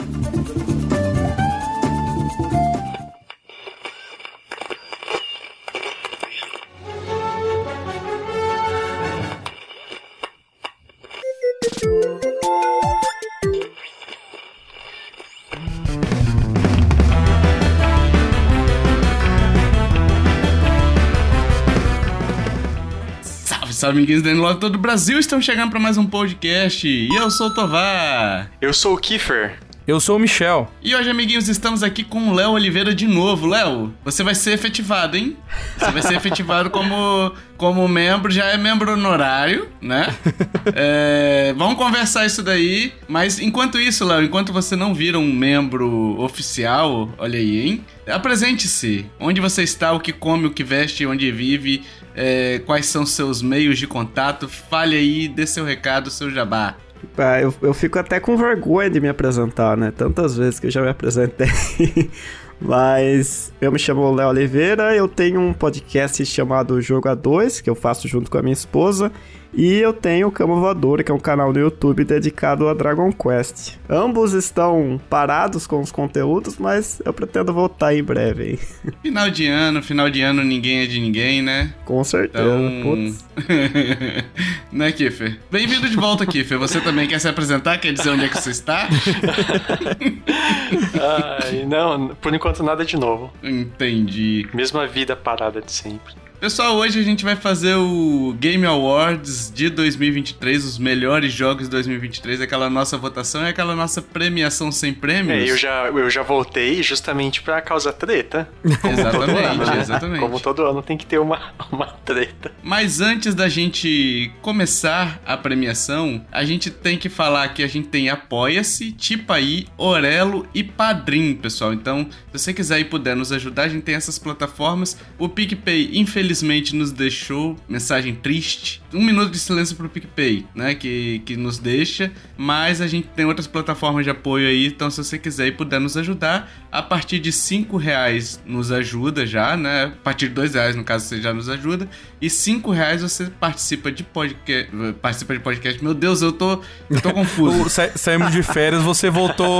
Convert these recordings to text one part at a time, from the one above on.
Salve, amiguinhos da Love todo o Brasil, estamos chegando para mais um podcast. E eu sou o Tovar. Eu sou o Kiefer. Eu sou o Michel. E hoje, amiguinhos, estamos aqui com o Léo Oliveira de novo. Léo, você vai ser efetivado, hein? Você vai ser efetivado como membro, já é membro honorário, né? Vamos conversar isso daí. Mas enquanto isso, Léo, enquanto você não vira um membro oficial, olha aí, hein? Apresente-se. Onde você está, o que come, o que veste, onde vive, quais são seus meios de contato. Fale aí, dê seu recado, seu jabá. Eu fico até com vergonha de me apresentar, né? Tantas vezes que eu já me apresentei. Mas eu me chamo Léo Oliveira, eu tenho um podcast chamado Jogo A2, que eu faço junto com a minha esposa. E eu tenho o Cama Voadora, que é um canal no YouTube dedicado a Dragon Quest. Ambos estão parados com os conteúdos, mas eu pretendo voltar em breve, hein? Final de ano, ninguém é de ninguém, né? Com certeza, putz. Né, Kiefer? Bem-vindo de volta, Kiefer. Você também quer se apresentar? Quer dizer onde é que você está? Não, por enquanto nada de novo. Entendi. Mesma vida parada de sempre. Pessoal, hoje a gente vai fazer o Game Awards de 2023, os melhores jogos de 2023, aquela nossa votação e aquela nossa premiação sem prêmios. Eu já voltei justamente pra causar treta. Exatamente. Como todo ano tem que ter uma treta. Mas antes da gente começar a premiação, a gente tem que falar que a gente tem Apoia-se, Tipaí, Orelo e Padrim, pessoal. Então, se você quiser e puder nos ajudar, a gente tem essas plataformas. O PicPay, infelizmente, nos deixou mensagem triste. 1 minuto de silêncio pro PicPay, né? Que nos deixa. Mas a gente tem outras plataformas de apoio aí. Então, se você quiser e puder nos ajudar, a partir de R$5 nos ajuda já, né? A partir de R$2, no caso, você já nos ajuda. E R$5 você participa de podcast. Meu Deus, eu tô confuso. Saímos de férias, você voltou.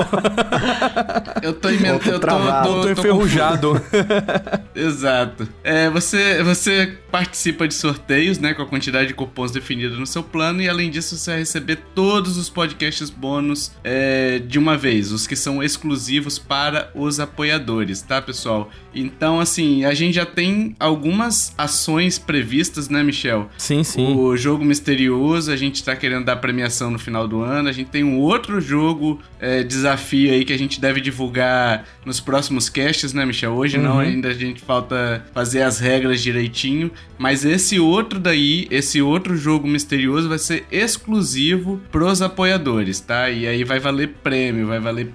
Eu tô inventando. Eu tô enferrujado. Exato. Você participa de sorteios, né, com a quantidade de cupons definida no seu plano, e além disso você vai receber todos os podcasts bônus de uma vez, os que são exclusivos para os apoiadores, tá, pessoal? Então, assim, a gente já tem algumas ações previstas, né, Michel? Sim. O jogo misterioso, a gente tá querendo dar premiação no final do ano, a gente tem um outro jogo desafio aí que a gente deve divulgar nos próximos casts, né, Michel? Hoje não, ainda a gente falta fazer as regras direitinho, mas esse outro jogo misterioso vai ser exclusivo pros apoiadores, tá? E aí vai valer prêmio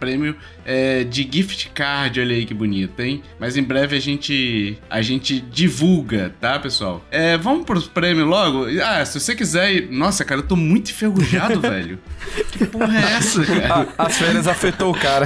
de gift card, olha aí que bonito, hein? Mas em breve a gente divulga, tá, pessoal? Vamos pros prêmios logo? Se você quiser... Nossa, cara, eu tô muito enferrujado, velho. Que porra é essa, cara? As férias afetou o cara.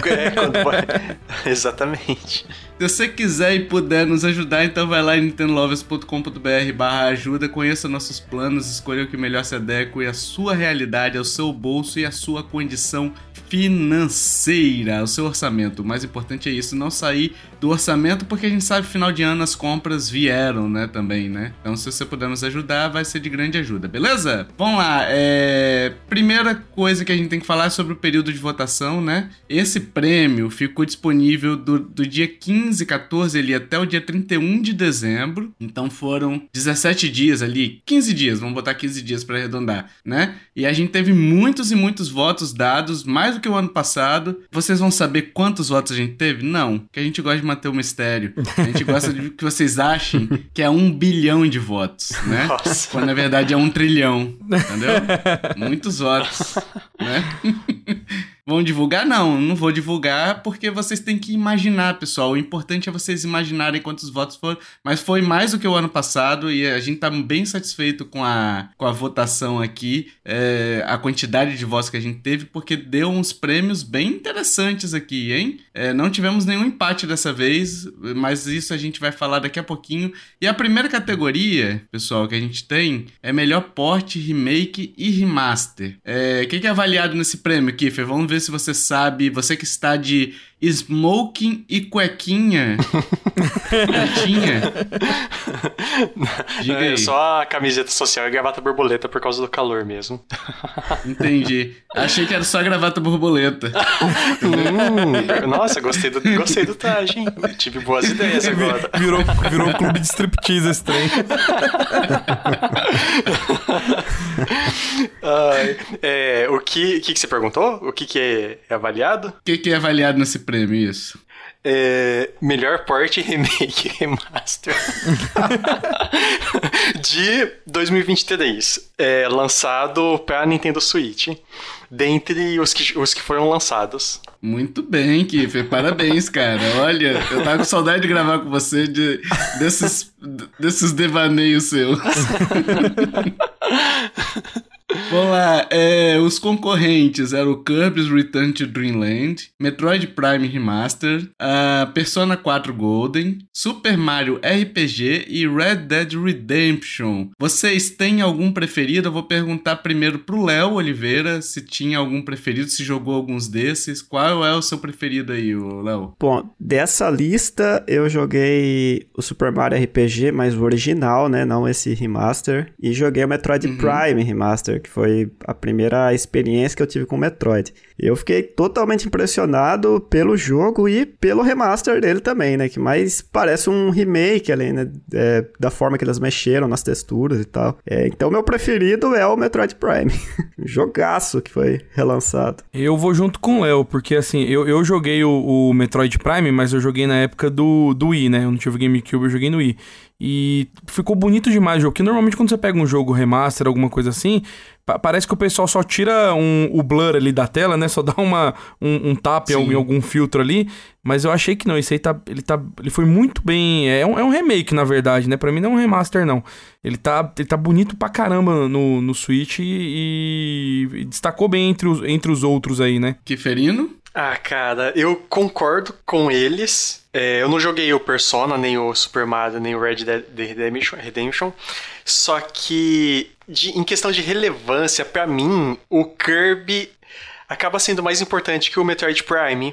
Exatamente. Se você quiser e puder nos ajudar, então vai lá em nintendolovers.com.br/ajuda, conheça nossos planos, escolha o que melhor se adeque à sua realidade, ao seu bolso e à sua condição financeira, ao seu orçamento. O mais importante é isso, não sair do orçamento, porque a gente sabe que final de ano as compras vieram, né, também, né? Então se você puder nos ajudar, vai ser de grande ajuda, beleza? Vamos lá, primeira coisa que a gente tem que falar é sobre o período de votação, né? Esse prêmio ficou disponível do dia 15, 14 ali até o dia 31 de dezembro, então foram 17 dias ali, 15 dias, vamos botar 15 dias para arredondar, né? E a gente teve muitos e muitos votos dados, mais do que o ano passado. Vocês vão saber quantos votos a gente teve? Não, que a gente gosta de manter o mistério. A gente gosta de que vocês achem que é 1 bilhão de votos, né? Nossa. Quando na verdade é 1 trilhão, entendeu? Muitos votos, né? Vão divulgar? Não vou divulgar porque vocês têm que imaginar, pessoal. O importante é vocês imaginarem quantos votos foram, mas foi mais do que o ano passado e a gente tá bem satisfeito com a votação aqui, a quantidade de votos que a gente teve, porque deu uns prêmios bem interessantes aqui, hein? Não tivemos nenhum empate dessa vez, mas isso a gente vai falar daqui a pouquinho. E a primeira categoria, pessoal, que a gente tem é melhor porte, remake e remaster. O que é avaliado nesse prêmio, Kiefer? Vamos ver ver se você sabe, você que está de smoking e cuequinha. Cuequinha. Diga aí. Só a camiseta social e gravata borboleta por causa do calor mesmo. Entendi. Achei que era só gravata borboleta. Nossa, gostei do traje, hein? Tive boas ideias agora. Virou um clube de striptease esse trem. O que você perguntou? O que é avaliado? O que é avaliado nesse prêmio, isso? Melhor port, remake, remaster de 2023, lançado pra Nintendo Switch, dentre os que foram lançados. Muito bem, Kiffer, parabéns, cara. Olha, eu tava com saudade de gravar com você desses devaneios seus. Vamos lá, os concorrentes eram o Kirby's Return to Dreamland, Metroid Prime Remaster, Persona 4 Golden, Super Mario RPG e Red Dead Redemption. Vocês têm algum preferido? Eu vou perguntar primeiro pro Léo Oliveira se tinha algum preferido, se jogou alguns desses. Qual é o seu preferido aí, Léo? Bom, dessa lista eu joguei o Super Mario RPG, mas o original, né? Não esse remaster. E joguei o Metroid Prime Remaster, que foi a primeira experiência que eu tive com o Metroid. Eu fiquei totalmente impressionado pelo jogo e pelo remaster dele também, né? Que mais parece um remake ali, né? Da forma que eles mexeram nas texturas e tal. Então, meu preferido é o Metroid Prime. Jogaço que foi relançado. Eu vou junto com o Léo, porque assim, eu joguei o Metroid Prime, mas eu joguei na época do Wii, né? Eu não tive GameCube, eu joguei no Wii. E ficou bonito demais o jogo, que normalmente quando você pega um jogo remaster, alguma coisa assim, parece que o pessoal só tira o blur ali da tela, né? Só dá um tap em algum filtro ali. Mas eu achei que não, esse aí ele foi muito bem... É um remake, na verdade, né? Pra mim não é um remaster, não. Ele tá bonito pra caramba no Switch e destacou bem entre os outros aí, né? Kiferino? Cara, eu concordo com eles. Eu não joguei o Persona, nem o Super Mario, nem o Red Dead Redemption. Só que, em questão de relevância, pra mim, o Kirby acaba sendo mais importante que o Metroid Prime.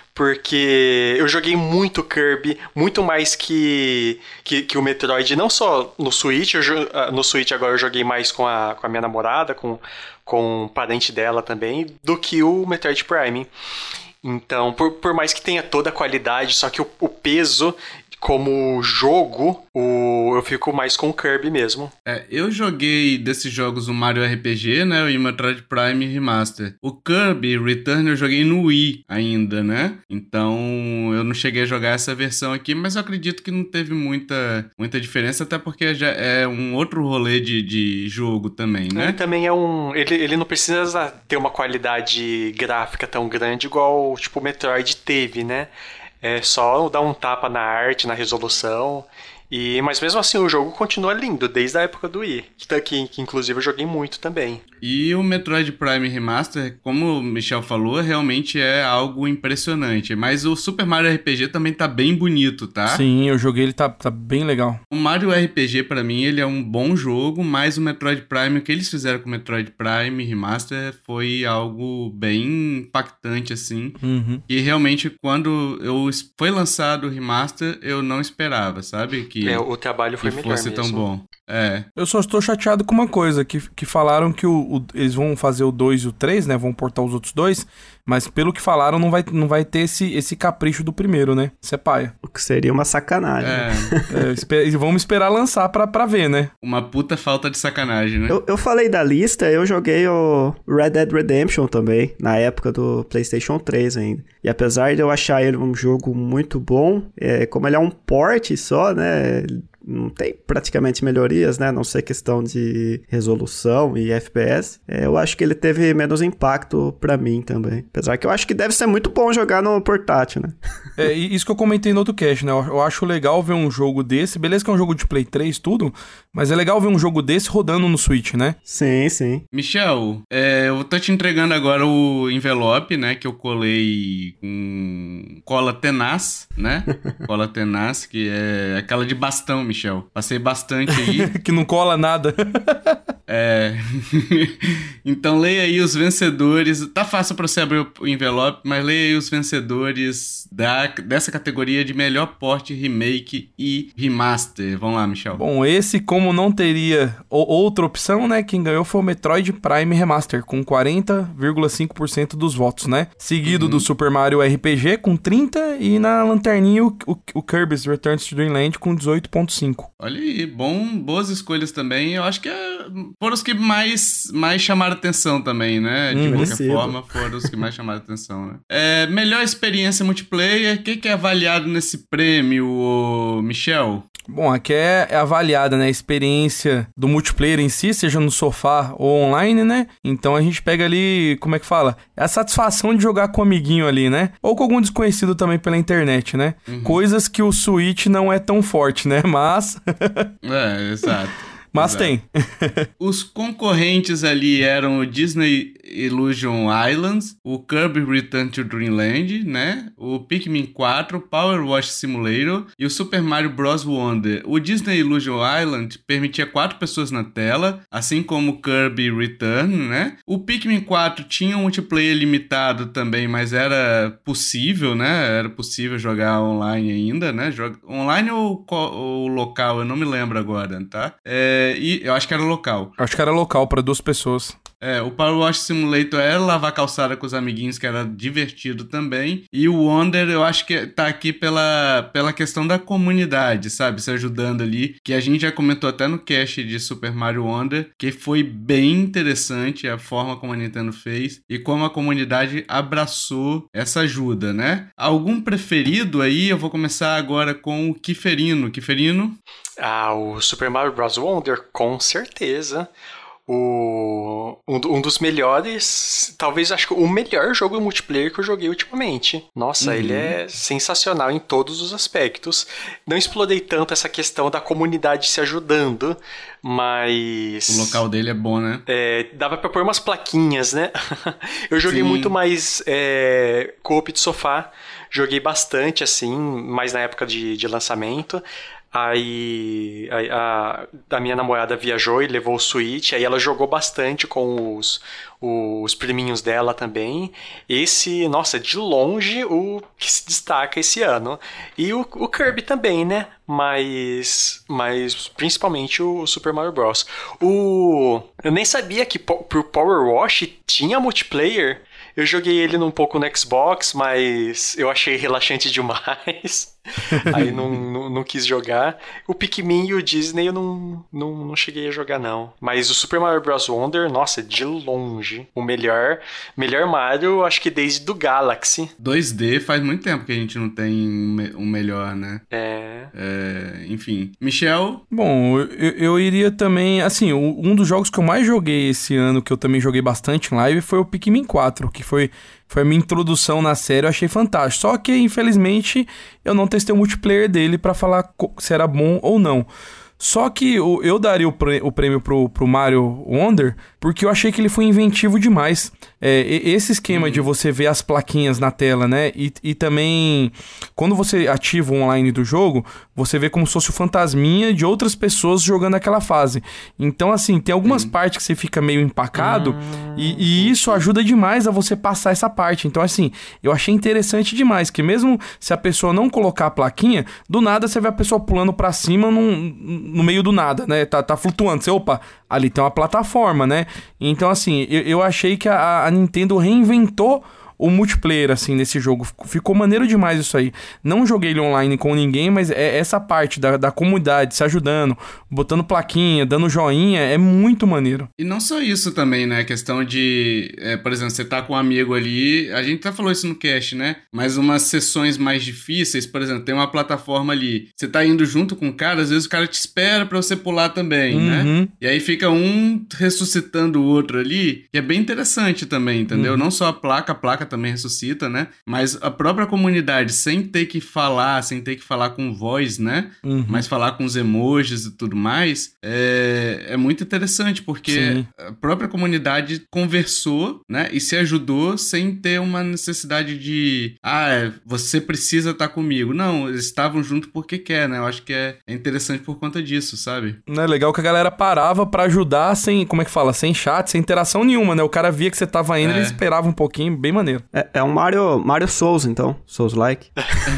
Porque eu joguei muito Kirby, muito mais que o Metroid, não só no Switch. No Switch agora eu joguei mais com a minha namorada, com um parente dela também, do que o Metroid Prime. Então, por mais que tenha toda a qualidade, só que o peso como jogo, eu fico mais com o Kirby mesmo. Eu joguei desses jogos o Mario RPG, né, e o Metroid Prime Remaster. O Kirby Return eu joguei no Wii ainda, né? Então eu não cheguei a jogar essa versão aqui, mas eu acredito que não teve muita diferença, até porque já é um outro rolê de jogo também, né? Ele também ele não precisa ter uma qualidade gráfica tão grande igual tipo o Metroid teve, né? É só dar um tapa na arte, na resolução. Mas mesmo assim o jogo continua lindo, desde a época do Wii. Que inclusive eu joguei muito também. E o Metroid Prime Remaster, como o Michel falou, realmente é algo impressionante. Mas o Super Mario RPG também tá bem bonito, tá? Sim, eu joguei, ele tá bem legal. O Mario RPG, pra mim, ele é um bom jogo, mas o Metroid Prime, o que eles fizeram com o Metroid Prime Remaster foi algo bem impactante, assim. E realmente, quando foi lançado o Remaster, eu não esperava, sabe? O trabalho foi melhor fosse mesmo. Tão bom. Eu só estou chateado com uma coisa, que falaram que eles vão fazer o 2 e o 3, né? Vão portar os outros dois, mas pelo que falaram, não vai ter esse capricho do primeiro, né? Isso é paia. O que seria uma sacanagem. Vamos esperar lançar pra ver, né? Uma puta falta de sacanagem, né? Eu falei da lista, eu joguei o Red Dead Redemption também, na época do PlayStation 3 ainda. E apesar de eu achar ele um jogo muito bom, como ele é um port só, né? Não tem praticamente melhorias, né? A não ser questão de resolução e FPS. Eu acho que ele teve menos impacto pra mim também. Apesar que eu acho que deve ser muito bom jogar no portátil, né? Isso que eu comentei no outro cast, né? Eu acho legal ver um jogo desse. Beleza que é um jogo de Play 3, tudo. Mas é legal ver um jogo desse rodando no Switch, né? Sim, sim. Michel, eu tô te entregando agora o envelope, né? Que eu colei com cola tenaz, né? Cola tenaz, que é aquela de bastão, Michel. Michel. Passei bastante aí. Que não cola nada. Então leia aí os vencedores. Tá fácil pra você abrir o envelope, mas leia aí os vencedores dessa categoria de melhor porte, remake e remaster. Vamos lá, Michel. Bom, esse, como não teria outra opção, né? Quem ganhou foi o Metroid Prime Remaster, com 40,5% dos votos, né? Seguido do Super Mario RPG, com 30%, e na lanterninha o Kirby's Return to Dreamland, com 18,5%. Olha aí, boas escolhas também. Eu acho que foram os que mais chamaram atenção também, né? De qualquer forma, foram os que mais chamaram atenção, né? Melhor experiência multiplayer, o que é avaliado nesse prêmio, Michel? Bom, aqui é avaliada, né, a experiência do multiplayer em si, seja no sofá ou online, né? Então a gente pega ali, como é que fala? É a satisfação de jogar com o amiguinho ali, né? Ou com algum desconhecido também pela internet, né? Coisas que o Switch não é tão forte, né? Mas... exato. Mas tem. Os concorrentes ali eram o Disney Illusion Islands, o Kirby Return to Dreamland, né? O Pikmin 4, Power Wash Simulator e o Super Mario Bros. Wonder. O Disney Illusion Island permitia 4 pessoas na tela, assim como o Kirby Return, né? O Pikmin 4 tinha um multiplayer limitado também, mas era possível, né? Era possível jogar online ainda, né? Online ou local, eu não me lembro agora, tá? E eu acho que era local. Acho que era local para 2 pessoas. O Power Wash Simulator era lavar calçada com os amiguinhos, que era divertido também. E o Wonder, eu acho que tá aqui pela questão da comunidade, sabe? Se ajudando ali, que a gente já comentou até no cast de Super Mario Wonder, que foi bem interessante a forma como a Nintendo fez e como a comunidade abraçou essa ajuda, né? Algum preferido aí? Eu vou começar agora com o Kiferino. Kiferino? O Super Mario Bros. Wonder, com certeza. Um dos melhores, talvez acho que o melhor jogo multiplayer que eu joguei ultimamente. Nossa, ele é sensacional em todos os aspectos. Não explorei tanto essa questão da comunidade se ajudando, mas... O local dele é bom, né? Dava pra pôr umas plaquinhas, né? Eu joguei muito mais co-op de sofá. Joguei bastante, assim, mais na época de lançamento. Aí a minha namorada viajou e levou o Switch, aí ela jogou bastante com os priminhos dela também. Esse, nossa, de longe o que se destaca esse ano. E o Kirby também, né? Mas principalmente o Super Mario Bros. Eu nem sabia que pro Power Wash tinha multiplayer. Eu joguei ele um pouco no Xbox, mas eu achei relaxante demais. Aí não quis jogar. O Pikmin e o Disney eu não cheguei a jogar, não. Mas o Super Mario Bros. Wonder, nossa, de longe. O melhor Mario, acho que desde do Galaxy. 2D faz muito tempo que a gente não tem um melhor, né? Enfim. Michel? Bom, eu iria também... Assim, um dos jogos que eu mais joguei esse ano, que eu também joguei bastante em live, foi o Pikmin 4, que foi a minha introdução na série, eu achei fantástico. Só que, infelizmente, eu não testei o multiplayer dele pra falar se era bom ou não. Só que eu daria o prêmio pro Mario Wonder porque eu achei que ele foi inventivo demais. Esse esquema de você ver as plaquinhas na tela, né? E também, quando você ativa o online do jogo, você vê como se fosse o fantasminha de outras pessoas jogando aquela fase. Então, assim, tem algumas partes que você fica meio empacado e isso ajuda demais a você passar essa parte. Então, assim, eu achei interessante demais, que mesmo se a pessoa não colocar a plaquinha, do nada você vê a pessoa pulando pra cima no meio do nada, né? Tá flutuando. Você, opa, ali tem uma plataforma, né? Então, assim, eu achei que a Nintendo reinventou o multiplayer, assim, nesse jogo. Ficou maneiro demais isso aí. Não joguei ele online com ninguém, mas essa parte da comunidade se ajudando, botando plaquinha, dando joinha, é muito maneiro. E não só isso também, né? A questão de, por exemplo, você tá com um amigo ali, a gente até falou isso no cast, né? Mas umas sessões mais difíceis, por exemplo, tem uma plataforma ali, você tá indo junto com o cara, às vezes o cara te espera pra você pular também, né? E aí fica um ressuscitando o outro ali, que é bem interessante também, entendeu? Não só a placa também ressuscita, né? Mas a própria comunidade, sem ter que falar com voz, né? Mas falar com os emojis e tudo mais, é muito interessante, porque a própria comunidade conversou, né? E se ajudou sem ter uma necessidade de você precisa estar comigo. Não, eles estavam junto porque quer, né? Eu acho que é interessante por conta disso, sabe? Não é legal que a galera parava pra ajudar sem, como é que fala? Sem chat, sem interação nenhuma, né? O cara via que você tava indo, ele esperava um pouquinho, bem maneiro. É um Mario Souls, então. Souls-like.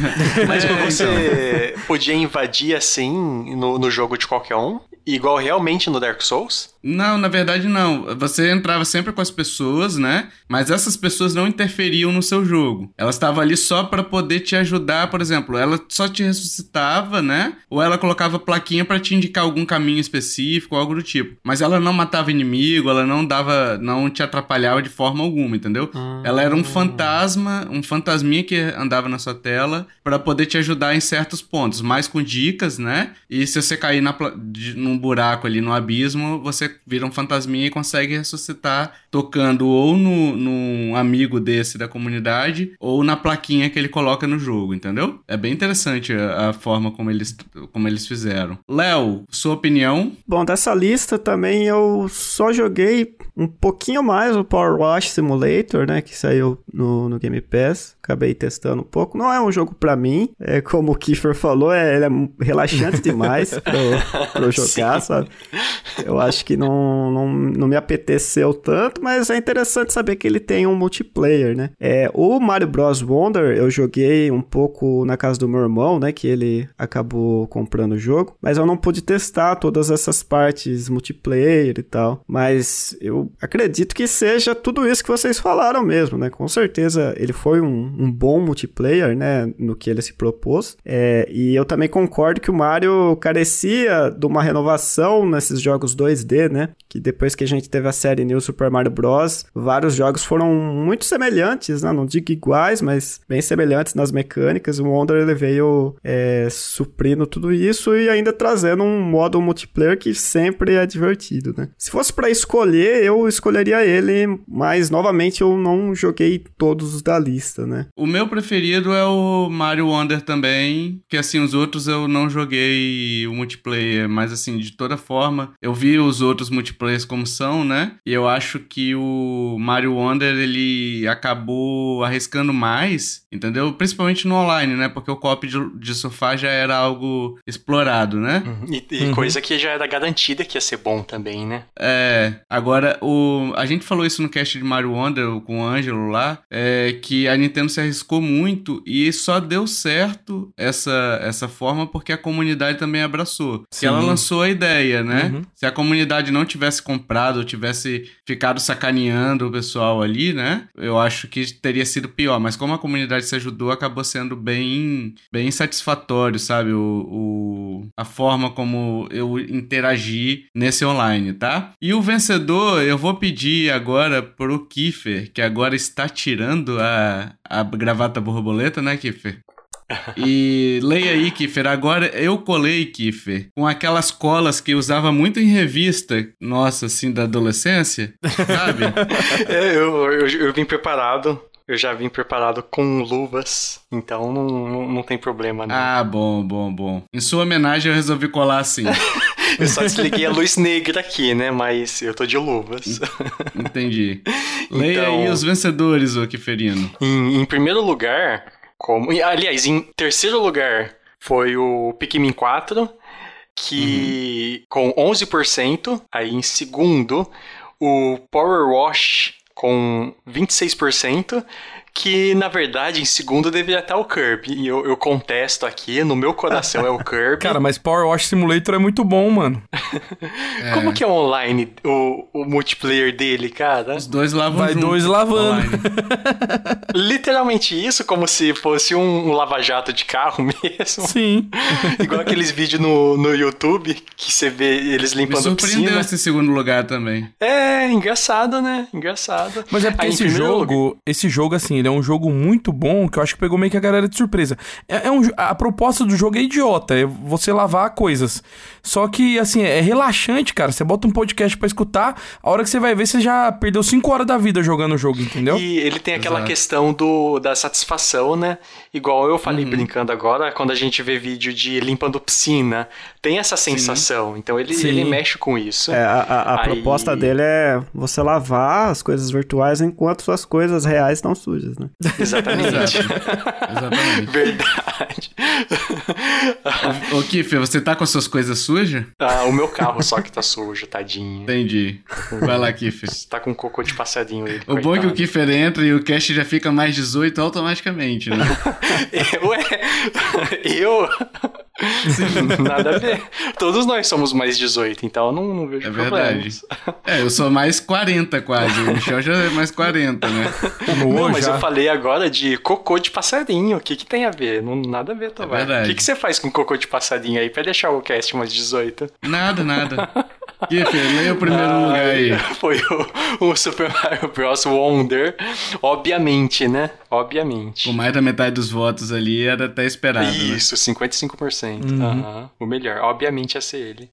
Mas você podia invadir assim no jogo de qualquer um? Igual realmente no Dark Souls? Não, na verdade não. Você entrava sempre com as pessoas, né? Mas essas pessoas não interferiam no seu jogo. Elas estavam ali só pra poder te ajudar, por exemplo. Ela só te ressuscitava, né? Ou ela colocava plaquinha pra te indicar algum caminho específico, algo do tipo. Mas ela não matava inimigo, ela não te atrapalhava de forma alguma, entendeu? Ela era um fantasma, um fantasminha que andava na sua tela pra poder te ajudar em certos pontos, mais com dicas, né? E se você cair num buraco ali no abismo, você vira um fantasminha e consegue ressuscitar tocando ou num amigo desse da comunidade ou na plaquinha que ele coloca no jogo, entendeu? É bem interessante a forma como eles fizeram. Léo, sua opinião? Bom, dessa lista também eu só joguei um pouquinho mais o Power Wash Simulator, né, que saiu no Game Pass. Acabei testando um pouco. Não é um jogo pra mim, como o Kiefer falou, ele é relaxante demais pra eu jogar, sabe? Eu acho que não me apeteceu tanto, mas é interessante saber que ele tem um multiplayer, né? O Mario Bros. Wonder eu joguei um pouco na casa do meu irmão, né, que ele acabou comprando o jogo, mas eu não pude testar todas essas partes multiplayer e tal, mas eu acredito que seja tudo isso que vocês falaram mesmo, né? Com certeza ele foi um bom multiplayer, né, no que ele se propôs, e eu também concordo que o Mario carecia de uma renovação nesses jogos 2D, né, que depois que a gente teve a série New Super Mario Bros, vários jogos foram muito semelhantes, né, não digo iguais, mas bem semelhantes nas mecânicas. O Wonder ele veio suprindo tudo isso e ainda trazendo um modo multiplayer que sempre é divertido, né. Se fosse pra escolher, eu escolheria ele, mas novamente eu não joguei todos os da lista, né. O meu preferido é o Mario Wonder também, que assim, os outros eu não joguei o multiplayer, mas assim, de toda forma, eu vi os outros multiplayers como são, né? E eu acho que o Mario Wonder, ele acabou arriscando mais, entendeu? Principalmente no online, né? Porque o co-op de sofá já era algo explorado, né? E coisa que já era garantida que ia ser bom também, né? Agora, a gente falou isso no cast de Mario Wonder com o Ângelo lá, que a Nintendo se arriscou muito e só deu certo essa forma porque a comunidade também abraçou. Que ela lançou a ideia, né? Se a comunidade não tivesse comprado ou tivesse ficado sacaneando o pessoal ali, né? Eu acho que teria sido pior. Mas como a comunidade se ajudou, acabou sendo bem satisfatório, sabe? A forma como eu interagi nesse online, tá? E o vencedor, eu vou pedir agora pro Kiefer, que agora está tirando a gravata borboleta, né, Kiefer? E leia aí, Kiefer. Agora eu colei, Kiefer, com aquelas colas que usava muito em revista, nossa, assim, da adolescência, sabe? Eu vim preparado. Eu já vim preparado com luvas, então não tem problema, né? Ah, bom. Em sua homenagem eu resolvi colar assim. Eu só desliguei a luz negra aqui, né? Mas eu tô de luvas. Entendi. Leia aí os vencedores, ô Kieferino. Em primeiro lugar, aliás, em terceiro lugar foi o Pikmin 4, que com 11%. Aí em segundo, o Power Wash com 26%, que na verdade em segundo deveria estar o Kirby. E eu contesto aqui, no meu coração é o Kirby. Cara, mas Power Wash Simulator é muito bom, mano. Como que é online o multiplayer dele, cara? Os dois lavam Vai junto, dois lavando. online. Literalmente isso, como se fosse um lava-jato de carro mesmo. Sim. Igual aqueles vídeos no YouTube que você vê eles limpando a piscina. Me surpreendeu esse segundo lugar também. Engraçado, né? Engraçado. Mas é porque esse jogo, assim, assim, ele é um jogo muito bom, que eu acho que pegou meio que a galera de surpresa. A proposta do jogo é idiota, é você lavar coisas. Só que, assim, é relaxante, cara. Você bota um podcast pra escutar, a hora que você vai ver, você já perdeu 5 horas da vida jogando o jogo, entendeu? E ele tem aquela questão da satisfação, né? Igual eu falei brincando agora, quando a gente vê vídeo de limpando piscina, tem essa sensação. Então ele mexe com isso. A proposta dele é você lavar as coisas virtuais enquanto suas coisas reais estão sujas, né? Exatamente. Exatamente. Verdade. Ô, Kiffer, você tá com as suas coisas sujas? O meu carro só que tá sujo, tadinho. Entendi. Vai lá, Kiffer. Tá com cocô de passarinho aí. O bom é que o Kiffer entra e o cast já fica mais 18 automaticamente, né? Eu? Nada a ver. Todos nós somos mais 18, então eu não vejo problemas. Verdade. Eu sou mais 40 quase. O Michel já é mais 40, né? Não, mas eu falei agora de cocô de passarinho. O que tem a ver? Nada a ver, Tovar. Verdade. O que você faz com cocô de passarinho aí pra deixar o cast mais 18? Nada. Kiffer, leia o primeiro lugar aí. Foi o Super Mario Bros. Wonder. Obviamente, né? Obviamente. Com mais da metade dos votos ali, era até esperado. Isso, né? 55%. O melhor. Obviamente ia ser ele.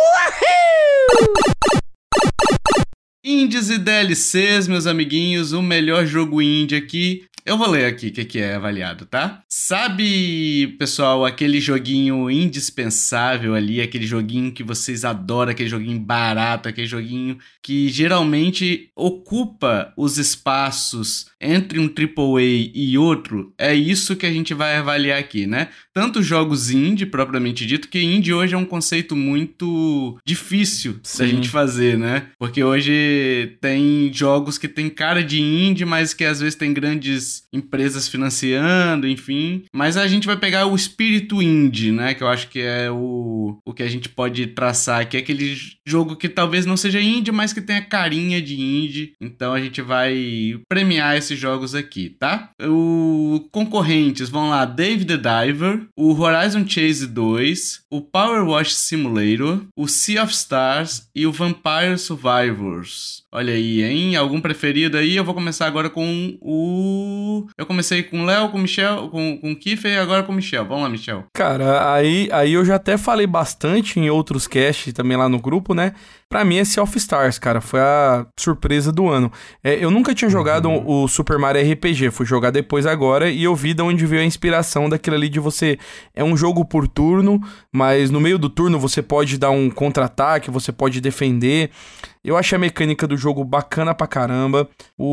Indies e DLCs, meus amiguinhos, o melhor jogo indie aqui. Eu vou ler aqui o que é avaliado, tá? Sabe, pessoal, aquele joguinho indispensável ali, aquele joguinho que vocês adoram, aquele joguinho barato, aquele joguinho que geralmente ocupa os espaços entre um AAA e outro? É isso que a gente vai avaliar aqui, né? Tanto jogos indie, propriamente dito, que indie hoje é um conceito muito difícil da gente fazer, né? Porque hoje tem jogos que tem cara de indie, mas que às vezes tem grandes empresas financiando, enfim. Mas a gente vai pegar o espírito indie, né? Que eu acho que é o que a gente pode traçar aqui. É aquele jogo que talvez não seja indie, mas que tenha carinha de indie. Então a gente vai premiar esses jogos aqui, tá? Os concorrentes vão lá: Dave the Diver, o Horizon Chase 2, o Power Wash Simulator, o Sea of Stars e o Vampire Survivors. Olha aí, hein? Algum preferido aí? Eu vou começar agora com o... Eu comecei com o Léo, com o Michel, com o Kiffer e agora com o Michel. Vamos lá, Michel. Cara, aí eu já até falei bastante em outros casts também lá no grupo, né? Pra mim é Sea of Stars, cara. Foi a surpresa do ano. Eu nunca tinha jogado o Super Mario RPG. Fui jogar depois agora e eu vi de onde veio a inspiração daquilo ali de você... É um jogo por turno, mas no meio do turno você pode dar um contra-ataque, você pode defender. Eu achei a mecânica do jogo bacana pra caramba.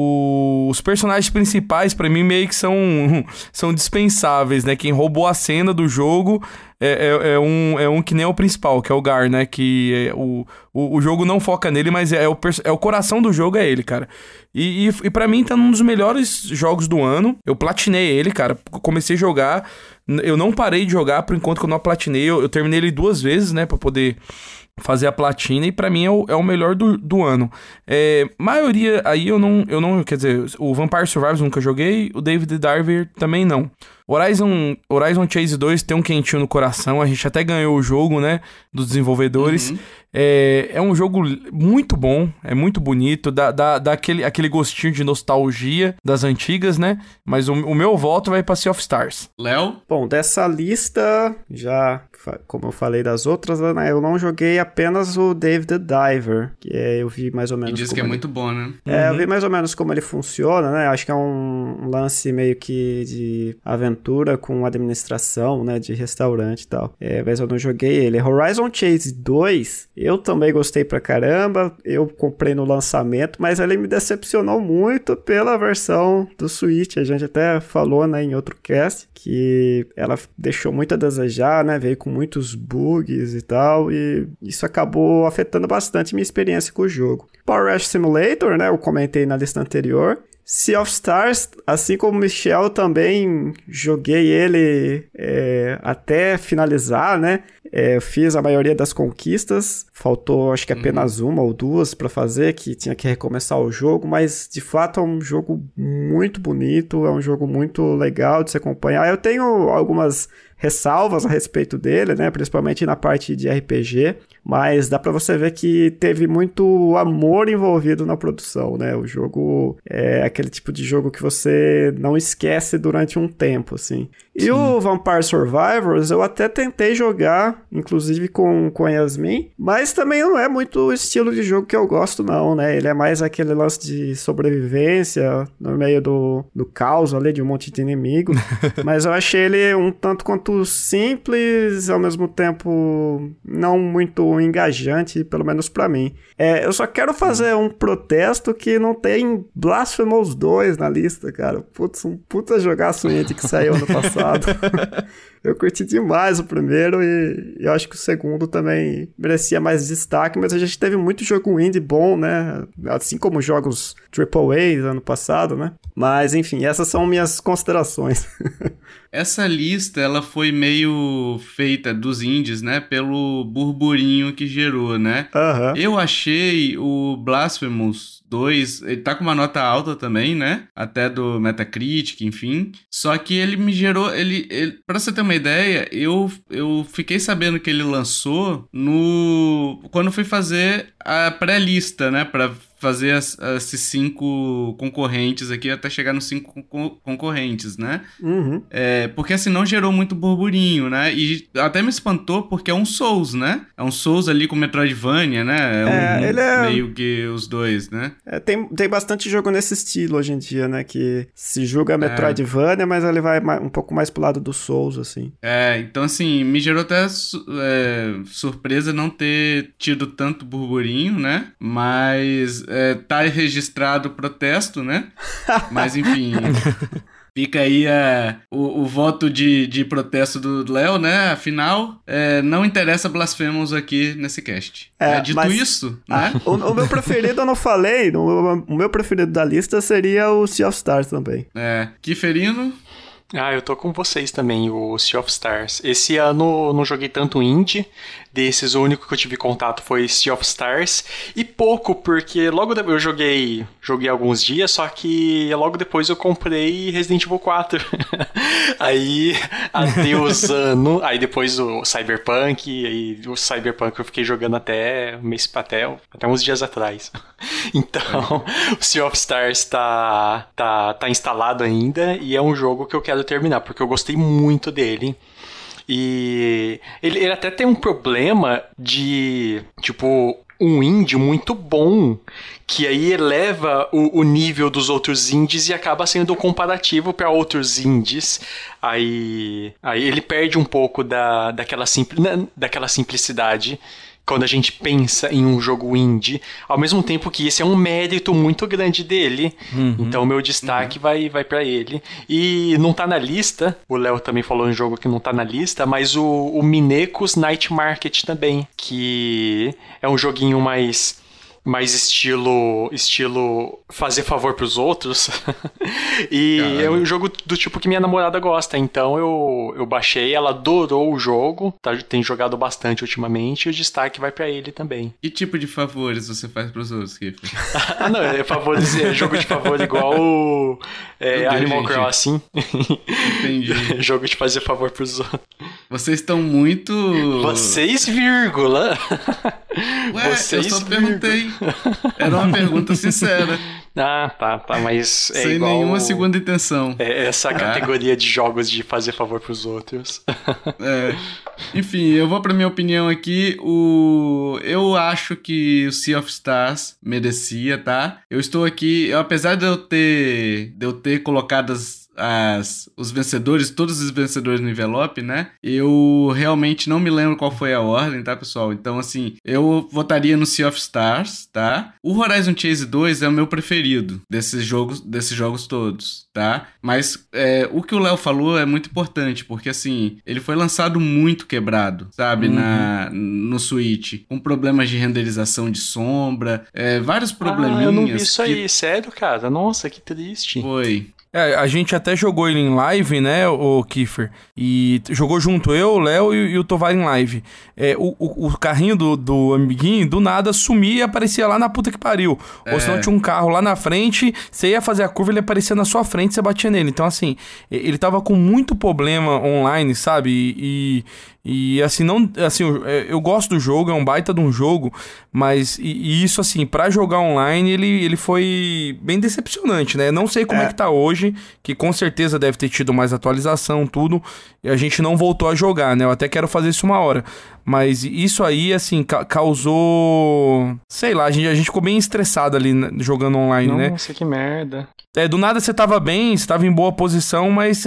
Os personagens principais, pra mim, meio que são dispensáveis, né? Quem roubou a cena do jogo é um que nem é o principal, que é o Gar, né? Que o jogo não foca nele, mas é o coração do jogo, é ele, cara. E pra mim tá num dos melhores jogos do ano. Eu platinei ele, cara. Comecei a jogar. Eu não parei de jogar por enquanto que eu não platinei. Eu terminei ele 2 vezes, né? Pra poder fazer a platina, e pra mim é o melhor do ano. Maioria aí eu não, quer dizer, o Vampire Survivors nunca joguei, o David the Diver também não. Horizon Chase 2 tem um quentinho no coração, a gente até ganhou o jogo, né, dos desenvolvedores. É um jogo muito bom, é muito bonito, dá aquele gostinho de nostalgia das antigas, né? Mas o meu voto vai pra Sea of Stars. Léo? Bom, dessa lista, já como eu falei das outras, né, eu não joguei apenas o Dave the Diver, que eu vi mais ou menos. E diz que é muito bom, né? Eu vi mais ou menos como ele funciona, né? Acho que é um lance meio que de aventura com administração, né? De restaurante e tal. Mas eu não joguei ele. Horizon Chase 2, eu também gostei pra caramba. Eu comprei no lançamento, mas ele me decepcionou muito pela versão do Switch. A gente até falou, né, em outro cast, que ela deixou muito a desejar, né? Veio com muitos bugs e tal, e isso acabou afetando bastante minha experiência com o jogo. Power Wash Simulator, né? Eu comentei na lista anterior. Sea of Stars, assim como o Michel, também joguei ele até finalizar, né? Eu fiz a maioria das conquistas, faltou acho que apenas uma ou duas pra fazer, que tinha que recomeçar o jogo, mas de fato é um jogo muito bonito, é um jogo muito legal de se acompanhar. Eu tenho algumas ressalvas a respeito dele, né? Principalmente na parte de RPG, mas dá pra você ver que teve muito amor envolvido na produção, né? O jogo é aquele tipo de jogo que você não esquece durante um tempo, assim. E o Vampire Survivors eu até tentei jogar, inclusive com a Yasmin, mas também não é muito o estilo de jogo que eu gosto não, né? Ele é mais aquele lance de sobrevivência no meio do caos ali, de um monte de inimigo, mas eu achei ele um tanto quanto simples, ao mesmo tempo não muito engajante, pelo menos pra mim. Eu só quero fazer um protesto que não tem Blasphemous 2 na lista, cara. Putz, um puta jogaço indie que saiu ano passado. Eu curti demais o primeiro e eu acho que o segundo também merecia mais destaque, mas a gente teve muito jogo indie bom, né? Assim como jogos AAA ano passado, né? Mas enfim, essas são minhas considerações. Essa lista, ela foi meio feita dos indies, né? Pelo burburinho que gerou, né? Uhum. Eu achei o Blasphemous 2, ele tá com uma nota alta também, né? Até do Metacritic, enfim. Só que ele me gerou... Pra você ter uma ideia, eu fiquei sabendo que ele lançou quando fui fazer a pré-lista, né? Pra fazer esses 5 concorrentes aqui até chegar nos 5 concorrentes, né? Uhum. Porque assim, não gerou muito burburinho, né? E até me espantou porque é um Souls, né? É um Souls ali com Metroidvania, né? Ele é meio que os dois, né? Tem bastante jogo nesse estilo hoje em dia, né? Que se julga Metroidvania, mas ele vai um pouco mais pro lado do Souls, assim. Então assim, me gerou até surpresa não ter tido tanto burburinho, né? Mas tá registrado o protesto, né? Mas enfim... Fica aí o voto de protesto do Léo, né? Afinal, não interessa Blasphemous aqui nesse cast. Dito isso, né? O meu preferido eu não falei, o meu preferido da lista seria o Sea of Stars também. Kiferino? Eu tô com vocês também, o Sea of Stars. Esse ano eu não joguei tanto indie, desses o único que eu tive contato foi Sea of Stars, e pouco, porque logo depois eu joguei alguns dias, só que logo depois eu comprei Resident Evil 4. Aí, adeus ano, aí depois o Cyberpunk, e o Cyberpunk eu fiquei jogando até uns dias atrás. Então, o Sea of Stars tá instalado ainda, e é um jogo que eu quero terminar, porque eu gostei muito dele. E ele até tem um problema de, tipo, um indie muito bom, que aí eleva o nível dos outros indies e acaba sendo um comparativo para outros indies. Aí ele perde um pouco daquela simplicidade quando a gente pensa em um jogo indie, ao mesmo tempo que esse é um mérito muito grande dele. Então o meu destaque vai pra ele. E não tá na lista, o Léo também falou em jogo que não tá na lista, mas o Mineco's Night Market também, que é um joguinho mais estilo fazer favor pros outros. E caramba, é um jogo do tipo que minha namorada gosta, então eu baixei, ela adorou o jogo, tem jogado bastante ultimamente, e o destaque vai pra ele também. Que tipo de favores você faz pros outros, Kiffer? Não, jogo de favor igual Animal Crossing. Entendi. Jogo de fazer favor pros outros. Vocês estão muito... Vocês, vírgula. Vocês, eu só perguntei. Era uma pergunta sincera. Tá, mas sem igual... nenhuma segunda intenção. Essa categoria de jogos de fazer favor pros outros. Enfim, eu vou pra minha opinião aqui. Eu acho que o Sea of Stars merecia, tá? Eu estou aqui, apesar de eu ter colocado os vencedores, todos os vencedores no envelope, né? Eu realmente não me lembro qual foi a ordem, tá, pessoal? Então, assim, eu votaria no Sea of Stars, tá? O Horizon Chase 2 é o meu preferido desses jogos todos, tá? Mas o que o Léo falou é muito importante, porque, assim, ele foi lançado muito quebrado, sabe? No Switch, com problemas de renderização de sombra, vários probleminhas. Eu não vi isso aí, sério, cara? Nossa, que triste. Foi. A gente até jogou ele em live, né, o Kiffer? E jogou junto eu, o Léo e o Tovar em live. O carrinho do amiguinho, do nada, sumia e aparecia lá na puta que pariu. Ou senão tinha um carro lá na frente, você ia fazer a curva, ele aparecia na sua frente, você batia nele. Então, assim, ele tava com muito problema online, sabe? E E assim, eu gosto do jogo, é um baita de um jogo, mas isso assim, pra jogar online ele foi bem decepcionante, né? Não sei como é que tá hoje, que com certeza deve ter tido mais atualização, tudo, e a gente não voltou a jogar, né? Eu até quero fazer isso uma hora. Mas isso aí, assim, causou... Sei lá, a gente ficou bem estressado ali jogando online, né? Nossa, que merda. Do nada você tava bem, você tava em boa posição, mas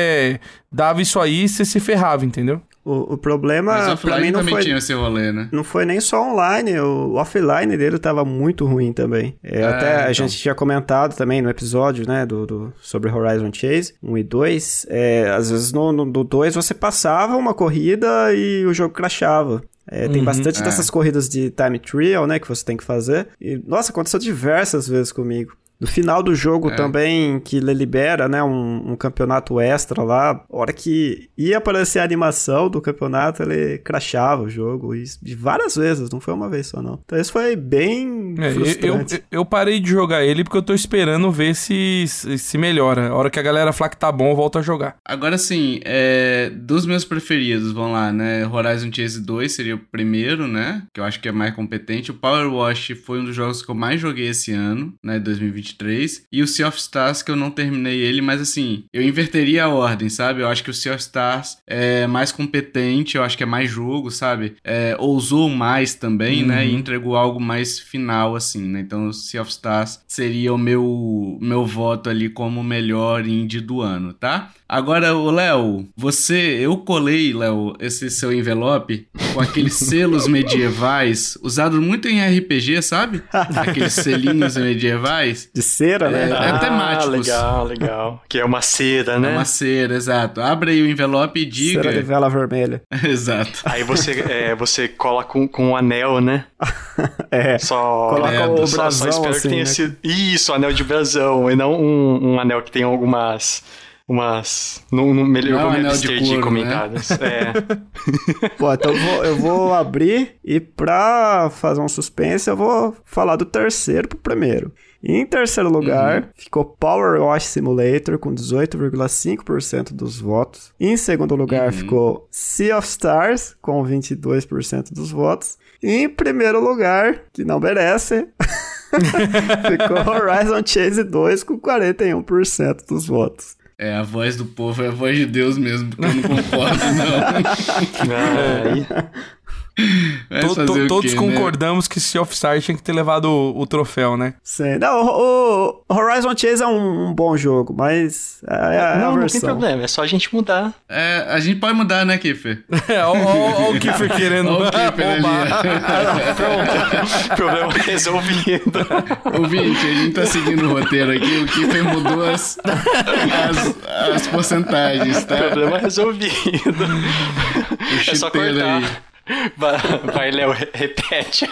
dava isso aí e você se ferrava, entendeu? O problema, pra mim, não foi... tinha esse rolê, né? Não foi nem só online, o offline dele tava muito ruim também. Até a gente tinha comentado também no episódio, né, sobre Horizon Chase 1 e 2. Às vezes no 2 você passava uma corrida e o jogo crashava. Tem bastante dessas corridas de time trial, né, que você tem que fazer. E, nossa, aconteceu diversas vezes comigo. No final do jogo também, que ele libera, né, um campeonato extra lá, a hora que ia aparecer a animação do campeonato, ele crashava o jogo, e várias vezes, não foi uma vez só não. Então isso foi bem frustrante. Eu parei de jogar ele porque eu tô esperando ver se melhora. A hora que a galera falar que tá bom, eu volto a jogar. Agora sim, dos meus preferidos, vamos lá, né, Horizon Chase 2 seria o primeiro, né, que eu acho que é mais competente. O Power Wash foi um dos jogos que eu mais joguei esse ano, né, 2023. E o Sea of Stars, que eu não terminei ele, mas assim, eu inverteria a ordem, sabe? Eu acho que o Sea of Stars é mais competente, eu acho que é mais jogo, sabe? Ousou mais também, né? E entregou algo mais final, assim, né? Então o Sea of Stars seria o meu voto ali como o melhor indie do ano, tá? Agora, Léo, eu colei, Léo, esse seu envelope com aqueles selos medievais, usados muito em RPG, sabe? Aqueles selinhos medievais. De cera, né? Temáticos. Legal. Que é uma cera, né? É uma cera, exato. Abre aí o envelope e diga... Cera de vela vermelha. Exato. Aí você cola com um anel, né? Só coloca o brasão, só espero assim, que tenha né? sido... Isso, anel de brasão, e não um anel que tem algumas... Não melhor vou me abster de comentários. Né? Pô, então eu vou abrir e pra fazer um suspense eu vou falar do terceiro pro primeiro. Em terceiro lugar, ficou Power Wash Simulator com 18,5% dos votos. Em segundo lugar, ficou Sea of Stars com 22% dos votos. E em primeiro lugar, que não merece, ficou Horizon Chase 2 com 41% dos votos. A voz do povo é a voz de Deus mesmo, porque eu não concordo, não. Todos concordamos que Sea of Stars tinha que ter levado o troféu, né? Sim. Não, o Horizon Chase é um bom jogo, mas não tem problema, é só a gente mudar. A gente pode mudar, né, Kiffer? Olha o Kiffer querendo roubar. Problema resolvido. Ouvinte, a gente tá seguindo o roteiro aqui, o Kiffer mudou as porcentagens, tá? Problema resolvido. É só cortar. Aí. Vai, Léo, repete.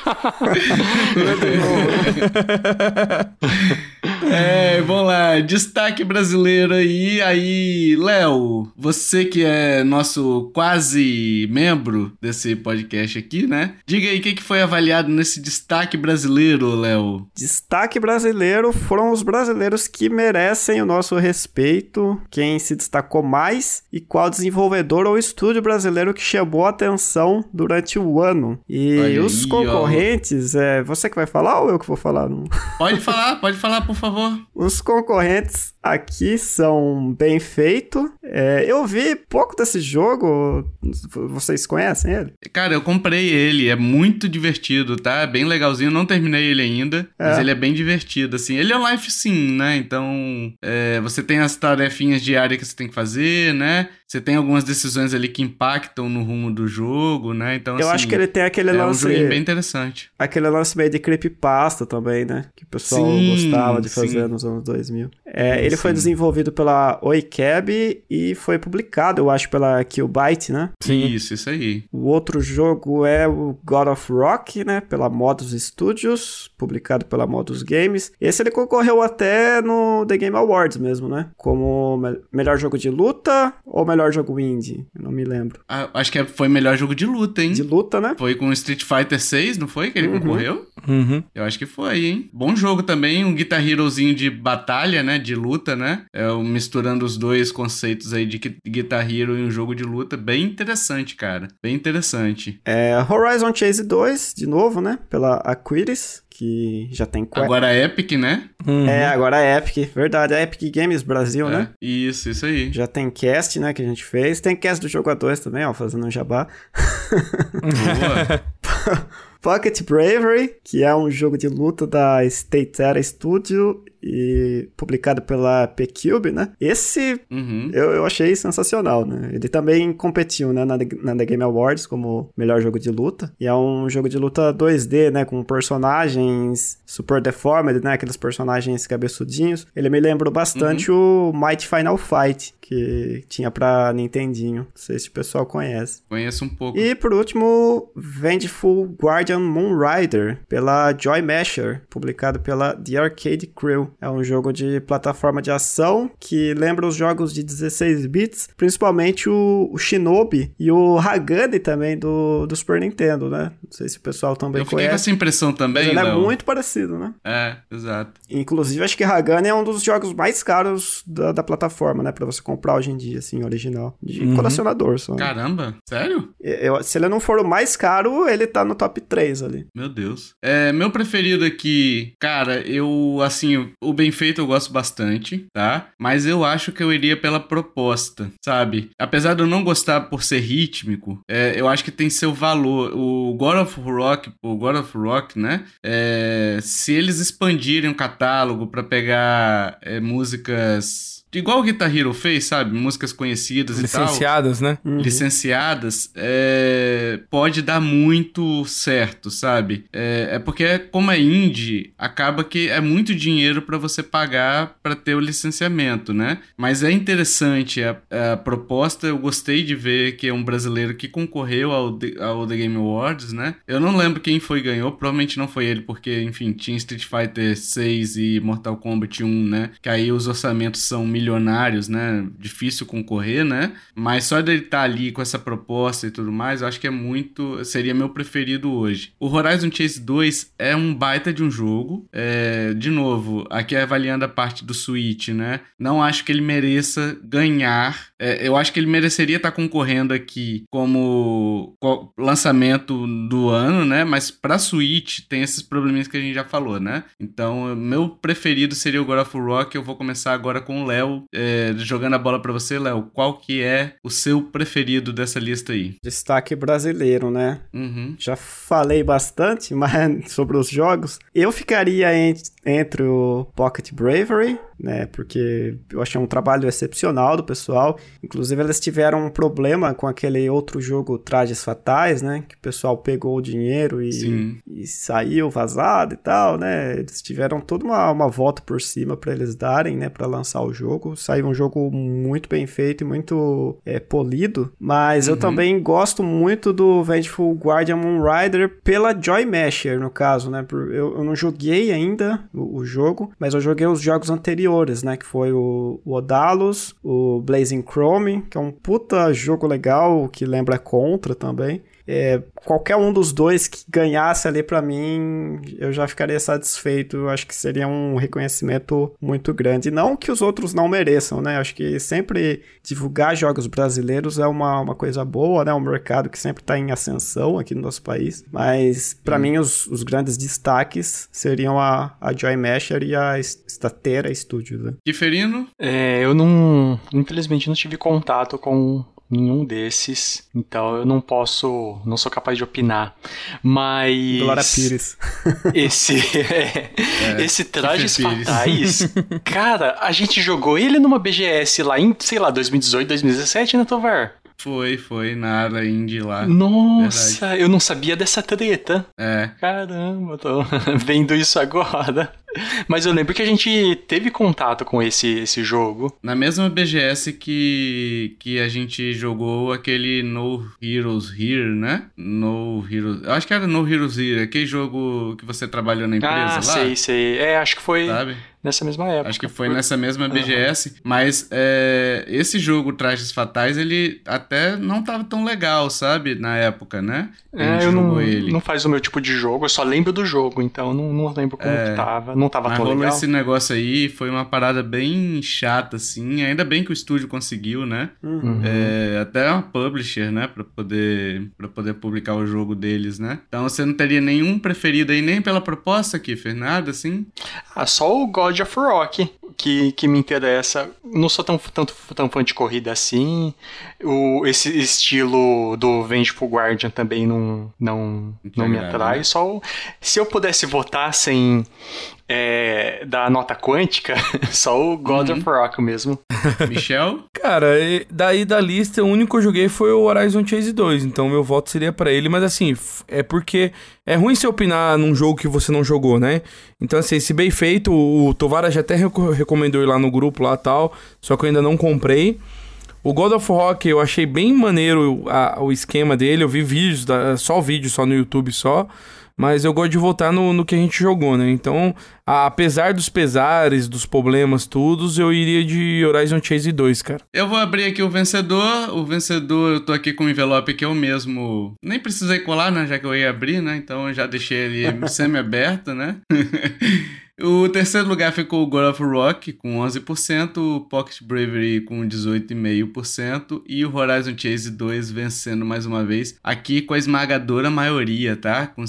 Vamos lá, destaque brasileiro aí, Léo, você que é nosso quase membro desse podcast aqui, né? Diga aí o que foi avaliado nesse destaque brasileiro, Léo. Destaque brasileiro foram os brasileiros que merecem o nosso respeito, quem se destacou mais e qual desenvolvedor ou estúdio brasileiro que chamou a atenção durante o ano. E olha os aí, concorrentes, você que vai falar ou eu que vou falar? Não? Pode falar, por favor. Os concorrentes aqui são Bem Feito. Eu vi pouco desse jogo. Vocês conhecem ele? Cara, eu comprei ele. É muito divertido, tá? É bem legalzinho. Não terminei ele ainda, mas ele é bem divertido, assim. Ele é um life sim, né? Então, você tem as tarefinhas diárias que você tem que fazer, né? Você tem algumas decisões ali que impactam no rumo do jogo, né? Então, eu acho que ele tem aquele lance... É um jogo bem interessante. Aquele lance meio de creepypasta também, né? Que o pessoal gostava de fazer nos anos 2000. Ele foi desenvolvido pela Oicab e foi publicado, eu acho, pela Killbyte, né? Sim. Isso aí. O outro jogo é o God of Rock, né? Pela Modus Studios, publicado pela Modus Games. Esse ele concorreu até no The Game Awards mesmo, né? Como melhor jogo de luta ou melhor jogo indie? Eu não me lembro. Acho que foi melhor jogo de luta, hein? De luta, né? Foi com Street Fighter 6, não foi? Que ele concorreu? Uhum. Eu acho que foi, hein? Bom jogo também, um Guitar Herozinho de batalha, né? De luta. luta, né? Misturando os dois conceitos aí de Guitar Hero e um jogo de luta. Bem interessante, cara. Bem interessante. Horizon Chase 2, de novo, né? Pela Aquiris, que já tem... Agora é Epic, né? Agora é Epic. Verdade, é Epic Games Brasil, né? Isso aí. Já tem cast, né, que a gente fez. Tem cast do Jogo A2 também, ó, fazendo um jabá. Boa. Pocket Bravery, que é um jogo de luta da State Era Studio e publicado pela P-Cube, né? Esse eu achei sensacional, né? Ele também competiu, né, na The Game Awards como melhor jogo de luta. E é um jogo de luta 2D, né, com personagens super deformed, né, aqueles personagens cabeçudinhos. Ele me lembrou bastante o Mighty Final Fight, que tinha pra Nintendinho. Não sei se o pessoal conhece. Conheço um pouco. E por último, Vengeful Guardian Moonrider, pela Joy Masher, publicado pela The Arcade Crew. É um jogo de plataforma de ação que lembra os jogos de 16 bits, principalmente o Shinobi e o Hagane também do Super Nintendo, né? Não sei se o pessoal também conhece. Eu fiquei com essa impressão também, mas ele é muito parecido, né? Exato. Inclusive, acho que Hagane é um dos jogos mais caros da plataforma, né? Pra você comprar hoje em dia, assim, original. De colecionador só. Caramba, sério? Se ele não for o mais caro, ele tá no top 3 ali. Meu Deus. Meu preferido aqui, cara, o bem feito eu gosto bastante, tá? Mas eu acho que eu iria pela proposta, sabe? Apesar de eu não gostar por ser rítmico, eu acho que tem seu valor. O God of Rock, né? Se eles expandirem o catálogo pra pegar músicas... Igual o Guitar Hero fez, sabe? Músicas conhecidas e tal. Licenciadas, né? Licenciadas, pode dar muito certo, sabe? Porque, como é indie, acaba que é muito dinheiro pra você pagar pra ter o licenciamento, né? Mas é interessante a proposta. Eu gostei de ver que é um brasileiro que concorreu ao The Game Awards, né? Eu não lembro quem foi e ganhou. Provavelmente não foi ele, porque, enfim, tinha Street Fighter 6 e Mortal Kombat 1, né? Que aí os orçamentos são milionários, né? Difícil concorrer, né? Mas só dele estar ali com essa proposta e tudo mais, eu acho que seria meu preferido hoje. O Horizon Chase 2 é um baita de um jogo. De novo, aqui avaliando a parte do Switch, né? Não acho que ele mereça ganhar. Eu acho que ele mereceria estar concorrendo aqui como lançamento do ano, né? Mas pra Switch tem esses probleminhas que a gente já falou, né? Então, meu preferido seria o God of Rock. Eu vou começar agora com o Léo, jogando a bola pra você, Léo. Qual que é o seu preferido dessa lista aí? Destaque brasileiro, né? Já falei bastante sobre os jogos. Eu ficaria entre o Pocket Bravery, né? Porque eu achei um trabalho excepcional do pessoal. Inclusive, eles tiveram um problema com aquele outro jogo Trajes Fatais, né? Que o pessoal pegou o dinheiro e saiu vazado e tal, né? Eles tiveram toda uma volta por cima pra eles darem, né? Pra lançar o jogo. Saiu um jogo muito bem feito e muito polido. Mas eu também gosto muito do Vengeful Guardian Moonrider pela Joy Masher, no caso, né? Eu não joguei ainda o jogo, mas eu joguei os jogos anteriores, né? Que foi o Odalus, o Blazing Chrome, que é um puta jogo legal, que lembra Contra também. Qualquer um dos dois que ganhasse ali pra mim, eu já ficaria satisfeito. Eu acho que seria um reconhecimento muito grande. Não que os outros não mereçam, né? Acho que sempre divulgar jogos brasileiros é uma coisa boa, né? Um mercado que sempre tá em ascensão aqui no nosso país. Mas pra mim os grandes destaques seriam a Joy Masher e a Statera Studios, né? Kiferino? Eu infelizmente não tive contato com nenhum desses, então eu não sou capaz de opinar, mas... Glória Pires. Esse Trajes Fatais, cara, a gente jogou ele numa BGS lá em, sei lá, 2018, 2017, né, Tovar? Foi, na área indie lá. Nossa, verdade. Eu não sabia dessa treta. É. Caramba, tô vendo isso agora. Mas eu lembro que a gente teve contato com esse jogo. Na mesma BGS que a gente jogou aquele No Heroes Here, né? Eu acho que era No Heroes Here, aquele jogo que você trabalhou na empresa lá. Sei. Acho que foi... Sabe? nessa mesma época. Acho que foi nessa mesma BGS, mas esse jogo Trajes Fatais, ele até não tava tão legal, sabe? Na época, né? Eu não faz o meu tipo de jogo, eu só lembro do jogo, então não lembro como que tava. Não tava tão legal. Esse negócio aí, foi uma parada bem chata, assim. Ainda bem que o estúdio conseguiu, né? Até uma publisher, né? Pra poder publicar o jogo deles, né? Então você não teria nenhum preferido aí, nem pela proposta, Kiefer? Nada, assim? Só o God of Rock que me interessa. Não sou tão fã de corrida assim. Esse estilo do Vengeful Guardian também não me atrai. Né? Só se eu pudesse votar sem da nota quântica, só o God of Rock mesmo. Michel? Cara, daí da lista, o único que eu joguei foi o Horizon Chase 2, então meu voto seria pra ele, mas assim, é porque é ruim você opinar num jogo que você não jogou, né? Então assim, se bem feito, o Tovara já até recomendou ir lá no grupo lá e tal, só que eu ainda não comprei. O God of Rock eu achei bem maneiro o esquema dele, eu vi vídeos, só no YouTube só. Mas eu gosto de voltar no que a gente jogou, né? Então, apesar dos pesares, dos problemas, todos, eu iria de Horizon Chase 2, cara. Eu vou abrir aqui o vencedor. O vencedor, eu tô aqui com o envelope que é o mesmo. Nem precisei colar, né? Já que eu ia abrir, né? Então eu já deixei ele semi-aberto, né? O terceiro lugar ficou o God of Rock com 11%, o Pocket Bravery com 18,5% e o Horizon Chase 2 vencendo mais uma vez, aqui com a esmagadora maioria, tá? Com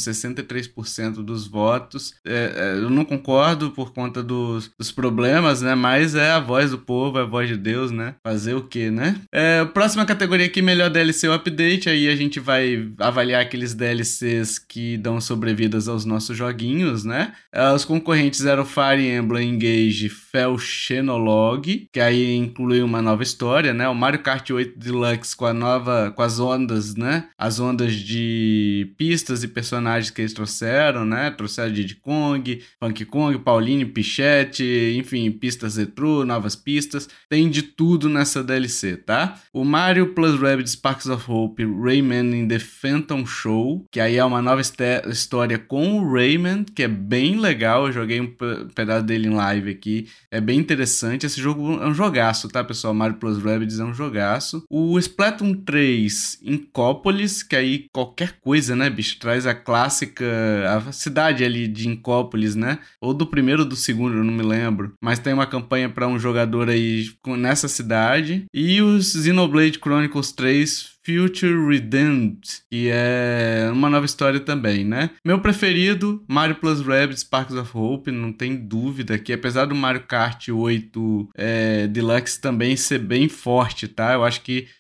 63% dos votos. Eu não concordo por conta dos problemas, né? Mas é a voz do povo, é a voz de Deus, né? Fazer o quê, né? Próxima categoria aqui, melhor DLC ou update. Aí a gente vai avaliar aqueles DLCs que dão sobrevidas aos nossos joguinhos, né? Os concorrentes eram Fire Emblem Engage Felchenologue, que aí inclui uma nova história, né? O Mario Kart 8 Deluxe com as ondas, né? As ondas de pistas e personagens que eles trouxeram, né? Trouxeram Diddy Kong, Funky Kong, Pauline, Pichette, enfim, pistas retrô, novas pistas. Tem de tudo nessa DLC, tá? O Mario Plus Rabbids Sparks of Hope Rayman in the Phantom Show, que aí é uma nova história com o Rayman, que é bem legal. Eu joguei um pedaço dele em live aqui. É bem interessante. Esse jogo é um jogaço, tá, pessoal? Mario Plus Rabbids é um jogaço. O Splatoon 3 Incópolis, que aí qualquer coisa, né, bicho? Traz a clássica, a cidade ali de Incópolis, né? Ou do primeiro ou do segundo, eu não me lembro. Mas tem uma campanha para um jogador aí nessa cidade. E o Xenoblade Chronicles 3 Future Redempted, que é uma nova história também, né? Meu preferido, Mario Plus Rabbids Sparks of Hope, não tem dúvida que apesar do Mario Kart 8 Deluxe também ser bem forte, tá? Eu acho que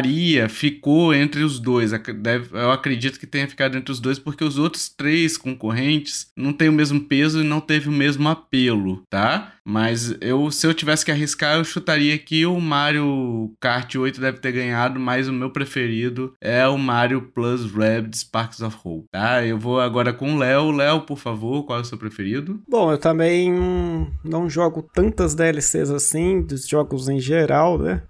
ficou entre os dois. Eu acredito que tenha ficado entre os dois porque os outros 3 concorrentes não têm o mesmo peso e não teve o mesmo apelo, tá? Mas se eu tivesse que arriscar, eu chutaria que o Mario Kart 8 deve ter ganhado, mas o meu preferido é o Mario Plus Rabbids Sparks of Hope, tá? Eu vou agora com o Léo. Léo, por favor, qual é o seu preferido? Bom, eu também não jogo tantas DLCs assim, dos jogos em geral, né?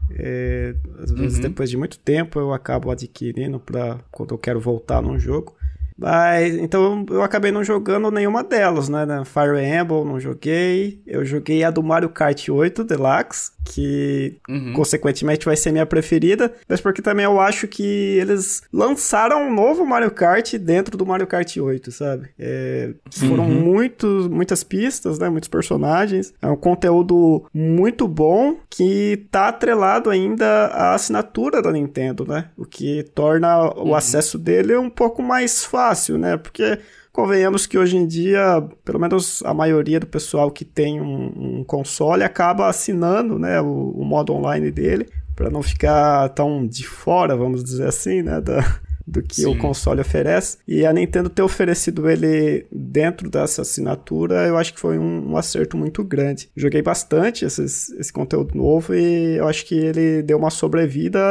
Às vezes, depois de muito tempo, eu acabo adquirindo pra quando eu quero voltar num jogo. Mas, então eu acabei não jogando nenhuma delas, né? Fire Emblem não joguei. Eu joguei a do Mario Kart 8 Deluxe, que consequentemente vai ser minha preferida. Mas porque também eu acho que eles lançaram um novo Mario Kart dentro do Mario Kart 8, sabe? Foram muitas pistas, né? Muitos personagens. É um conteúdo muito bom que tá atrelado ainda à assinatura da Nintendo, né? O que torna o acesso dele um pouco mais fácil, né? Porque convenhamos que hoje em dia, pelo menos a maioria do pessoal que tem um console acaba assinando, né, o modo online dele, para não ficar tão de fora, vamos dizer assim, né, do que o console oferece. E a Nintendo ter oferecido ele dentro dessa assinatura, eu acho que foi um acerto muito grande. Joguei bastante esse conteúdo novo e eu acho que ele deu uma sobrevida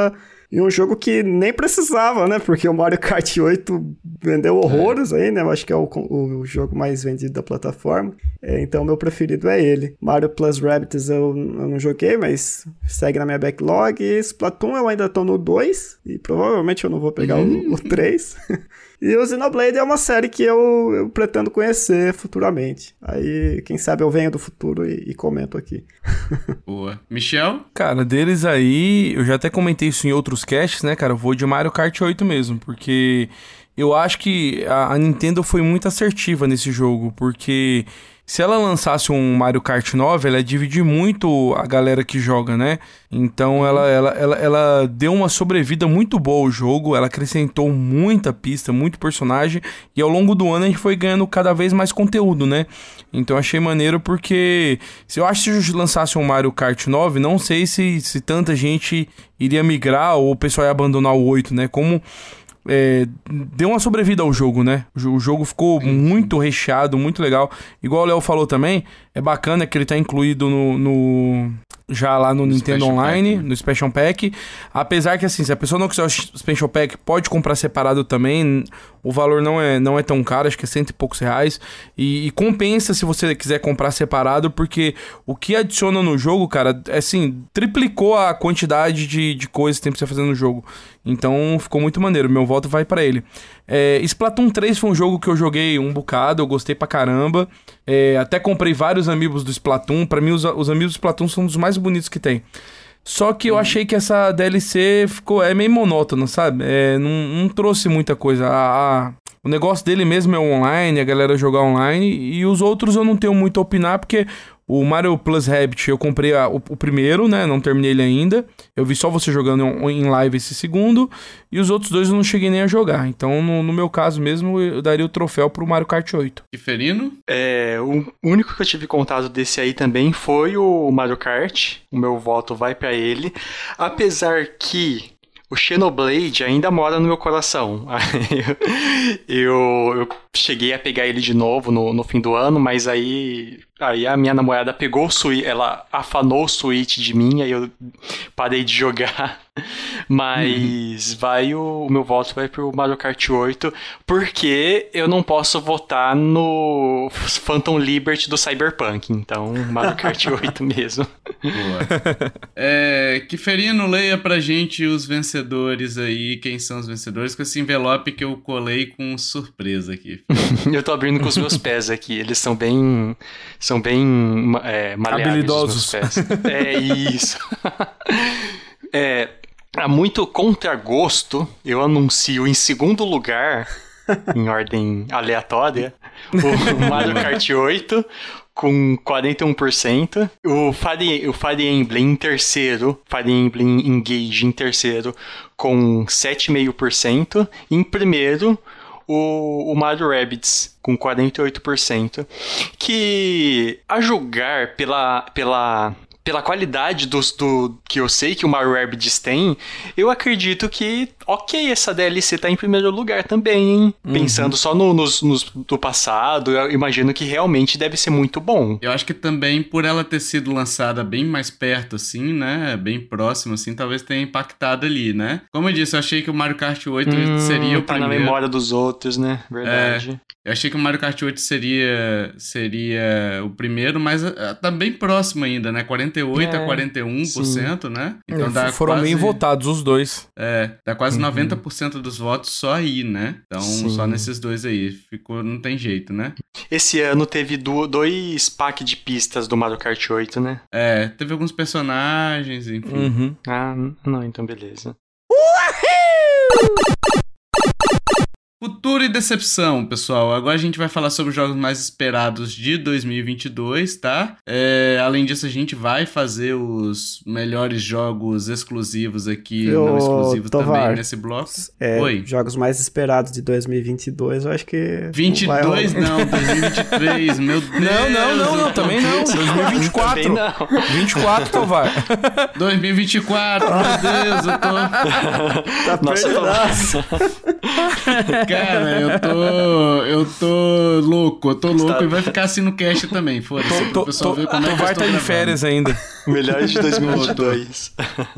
E um jogo que nem precisava, né? Porque o Mario Kart 8 vendeu horrores aí, né? Eu acho que é o jogo mais vendido da plataforma. Então, meu preferido é ele. Mario Plus Rabbids eu não joguei, mas segue na minha backlog. E Splatoon eu ainda tô no 2. E provavelmente eu não vou pegar o 3. E o Xenoblade é uma série que eu pretendo conhecer futuramente. Aí, quem sabe eu venho do futuro e comento aqui. Boa. Michel? Cara, deles aí, eu já até comentei isso em outros casts, né, cara? Eu vou de Mario Kart 8 mesmo, porque eu acho que a Nintendo foi muito assertiva nesse jogo, porque se ela lançasse um Mario Kart 9, ela ia dividir muito a galera que joga, né? Então ela deu uma sobrevida muito boa ao jogo, ela acrescentou muita pista, muito personagem, e ao longo do ano a gente foi ganhando cada vez mais conteúdo, né? Então achei maneiro porque se eu acho que se lançasse um Mario Kart 9, não sei se tanta gente iria migrar ou o pessoal ia abandonar o 8, né? Como deu uma sobrevida ao jogo, né? O jogo ficou muito recheado, muito legal. Igual o Léo falou também, é bacana que ele tá incluído já lá no Nintendo Online, Pack, né? No Expansion Pack. Apesar que, assim, se a pessoa não quiser o Expansion Pack, pode comprar separado também. O valor não é tão caro, acho que é R$100 e poucos. E compensa se você quiser comprar separado, porque o que adiciona no jogo, cara, assim, triplicou a quantidade de coisas que tem pra você fazer no jogo. Então ficou muito maneiro, meu voto vai pra ele. Splatoon 3 foi um jogo que eu joguei um bocado, eu gostei pra caramba. Até comprei vários amiibos do Splatoon. Pra mim, os amiibos do Splatoon são um dos mais bonitos que tem. Só que eu achei que essa DLC ficou meio monótona, sabe? Não trouxe muita coisa. O negócio dele mesmo é online, a galera jogar online. E os outros eu não tenho muito a opinar, porque o Mario Plus Rabbids eu comprei o primeiro, né? Não terminei ele ainda. Eu vi só você jogando em live esse segundo. E os outros dois eu não cheguei nem a jogar. Então, no meu caso mesmo, eu daria o troféu pro Mario Kart 8. Tiferino? O único que eu tive contato desse aí também foi o Mario Kart. O meu voto vai pra ele. Apesar que o Xenoblade ainda mora no meu coração. Eu cheguei a pegar ele de novo no fim do ano, mas aí a minha namorada pegou o Switch, ela afanou o Switch de mim, aí eu parei de jogar. Mas o meu voto vai pro Mario Kart 8, porque eu não posso votar no Phantom Liberty do Cyberpunk, então Mario Kart 8 mesmo. Boa. Kiferino, leia pra gente os vencedores aí, quem são os vencedores, com esse envelope que eu colei com surpresa aqui. Eu tô abrindo com os meus pés aqui, eles são bem maleáveis. Habilidosos. Os meus pés. Isso. A muito contragosto, eu anuncio em segundo lugar, em ordem aleatória, o Mario Kart 8 com 41%, o Fire Emblem em terceiro, Fire Emblem Engage em terceiro com 7,5%, e em primeiro o Mario Rabbids com 48%, que a julgar pela qualidade do que eu sei que o Mario Rabbids tem, eu acredito que, essa DLC tá em primeiro lugar também, hein? Pensando só do passado, eu imagino que realmente deve ser muito bom. Eu acho que também, por ela ter sido lançada bem mais perto, assim, né? Bem próximo, assim, talvez tenha impactado ali, né? Como eu disse, eu achei que o Mario Kart 8 seria o tá primeiro. Na memória dos outros, né? Verdade. Eu achei que o Mario Kart 8 seria o primeiro, mas tá bem próximo ainda, né? 48% a 41%, né? Então foram quase, bem votados os dois. Dá quase 90% dos votos só aí, né? Então, só nesses dois aí. Não tem jeito, né? Esse ano teve 2 packs de pistas do Mario Kart 8, né? Teve alguns personagens, enfim. Não, então beleza. Futuro e decepção, pessoal. Agora a gente vai falar sobre os jogos mais esperados de 2022, tá? Além disso, a gente vai fazer os melhores jogos exclusivos aqui, não exclusivos também nesse bloco. Oi? Jogos mais esperados de 2022, eu acho que... 22 não, 2023, meu Deus. Não, também não. 2024. Também não. 24, Tovar. 2024, meu Deus, eu tô... Tá Nossa, perdidaço. Cara, eu tô louco e vai ficar assim no cast também, foda-se. O pessoal ver como é que eu vai estou estar de gravando. férias ainda. Melhores de 2022.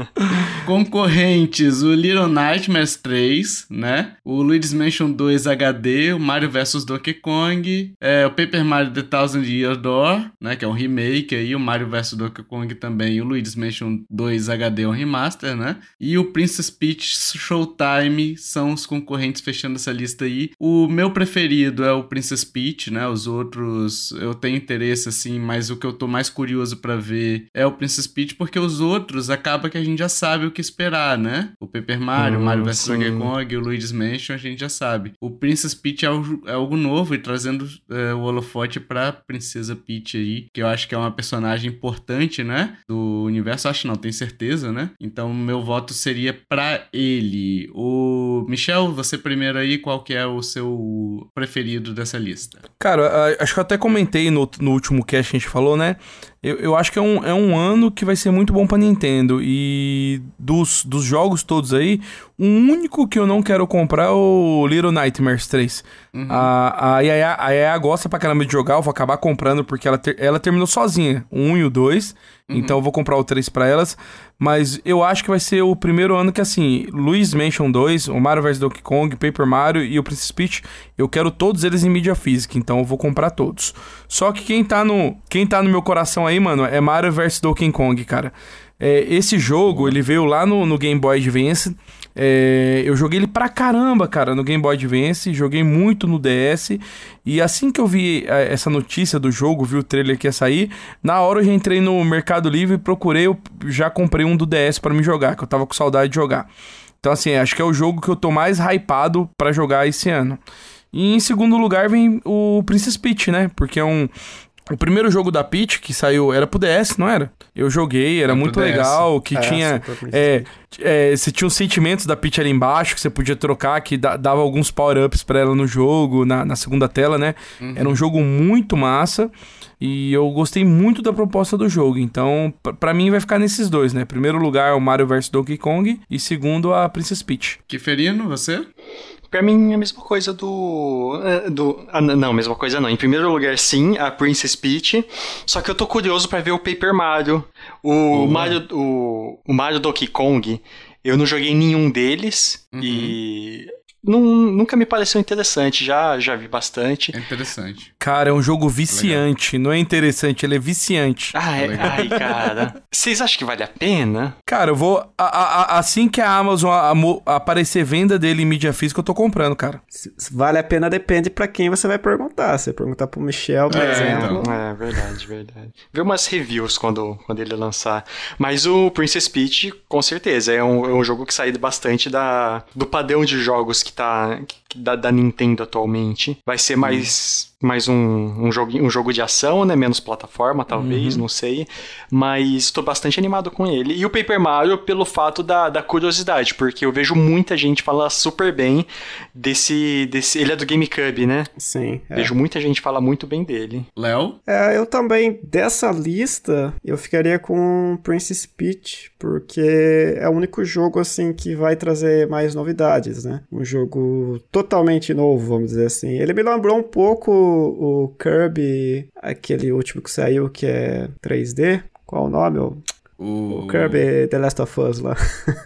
Concorrentes, o Little Nightmares 3, né? O Luigi's Mansion 2 HD, o Mario vs Donkey Kong, o Paper Mario The Thousand Year Door, né? Que é um remake aí, o Mario vs Donkey Kong também, o Luigi's Mansion 2 HD é um remaster, né? E o Princess Peach Showtime são os concorrentes fechando essa lista aí. O meu preferido é o Princess Peach, né? Os outros eu tenho interesse assim, mas o que eu tô mais curioso pra ver é o Princess Peach, porque os outros acaba que a gente já sabe o que esperar, né? O Paper Mario, o Mario vs Donkey Kong, o Luigi's Mansion, a gente já sabe. O Princess Peach é algo novo e trazendo o holofote pra Princesa Peach aí, que eu acho que é uma personagem importante, né? Do universo, acho não, tenho certeza, né? Então meu voto seria pra ele. O Michel, você primeiro aí, qual que é o seu preferido dessa lista? Cara, acho que eu até comentei no último cast que a gente falou, né? Eu acho que é um ano que vai ser muito bom pra Nintendo. E dos jogos todos aí, o único que eu não quero comprar é o Little Nightmares 3. Uhum. A Yaya gosta pra caramba de jogar, eu vou acabar comprando porque ela terminou sozinha, o 1 e o 2. Então eu vou comprar o 3 pra elas. Mas eu acho que vai ser o primeiro ano que, assim, Luigi's Mansion 2, o Mario vs Donkey Kong, Paper Mario e o Princess Peach, eu quero todos eles em mídia física, então eu vou comprar todos. Só que quem tá no meu coração aí, mano, é Mario vs Donkey Kong, cara. Esse jogo, ele veio lá no Game Boy Advance. Eu joguei ele pra caramba, cara, no Game Boy Advance. Joguei muito no DS. E assim que eu vi essa notícia do jogo, vi o trailer que ia sair, na hora eu já entrei no Mercado Livre e procurei, eu já comprei um do DS pra me jogar, que eu tava com saudade de jogar. Então, assim, acho que é o jogo que eu tô mais hypado pra jogar esse ano. E em segundo lugar vem o Princess Peach, né? Porque o primeiro jogo da Peach que saiu era pro DS, não era? Eu joguei, era muito legal, que tinha... você tinha os sentimentos da Peach ali embaixo, que você podia trocar, que dava alguns power-ups pra ela no jogo, na segunda tela, né? Uhum. Era um jogo muito massa, e eu gostei muito da proposta do jogo. Então, pra mim, vai ficar nesses dois, né? Primeiro lugar, o Mario vs Donkey Kong, e segundo, a Princess Peach. Kiferino, você? Pra mim, é a mesma coisa não, mesma coisa não. Em primeiro lugar, sim, a Princess Peach. Só que eu tô curioso pra ver o Paper Mario. O Mario Donkey Kong, eu não joguei nenhum deles. E... nunca me pareceu interessante, já vi bastante. É interessante. Cara, é um jogo viciante, legal. Não é interessante, ele é viciante. Ai, cara. Vocês acham que vale a pena? Cara, eu vou... assim que a Amazon aparecer venda dele em mídia física, eu tô comprando, cara. Se vale a pena depende pra quem você vai perguntar. Se você perguntar pro Michel, por exemplo... Então. Verdade. Vê umas reviews quando ele lançar. Mas o Princess Peach, com certeza, é um jogo que sai bastante do padrão de jogos que tá da Nintendo atualmente. Vai ser mais um jogo de ação, né? Menos plataforma, talvez, não sei. Mas estou bastante animado com ele. E o Paper Mario pelo fato da curiosidade, porque eu vejo muita gente falar super bem desse... Ele é do GameCube, né? Sim. Vejo muita gente falar muito bem dele. Léo? Eu também, dessa lista, eu ficaria com Princess Peach, porque é o único jogo, assim, que vai trazer mais novidades, né? Um jogo totalmente novo, vamos dizer assim. Ele me lembrou um pouco o Kirby, aquele último que saiu, que é 3D. Qual o nome? O Kirby The Last of Us lá.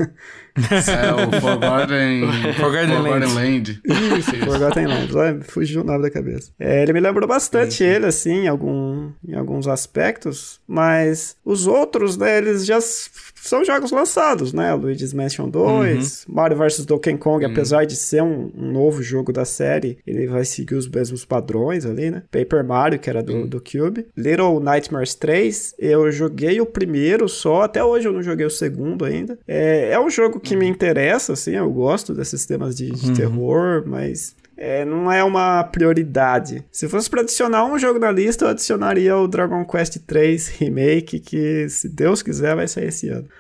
O Forgotten Land. Isso, Forgotten Land. Fugiu o nome da cabeça. Ele me lembrou bastante ele, assim, em alguns aspectos, mas os outros, né, eles já são jogos lançados, né? Luigi's Mansion 2, Mario vs Donkey Kong, apesar de ser um novo jogo da série, ele vai seguir os mesmos padrões ali, né? Paper Mario, que era do Cube. Little Nightmares 3, eu joguei o primeiro só, até hoje eu não joguei o segundo ainda. É um jogo que me interessa, assim, eu gosto desses temas de terror, mas... não é uma prioridade. Se fosse pra adicionar um jogo na lista, eu adicionaria o Dragon Quest 3 Remake, que, se Deus quiser, vai sair esse ano.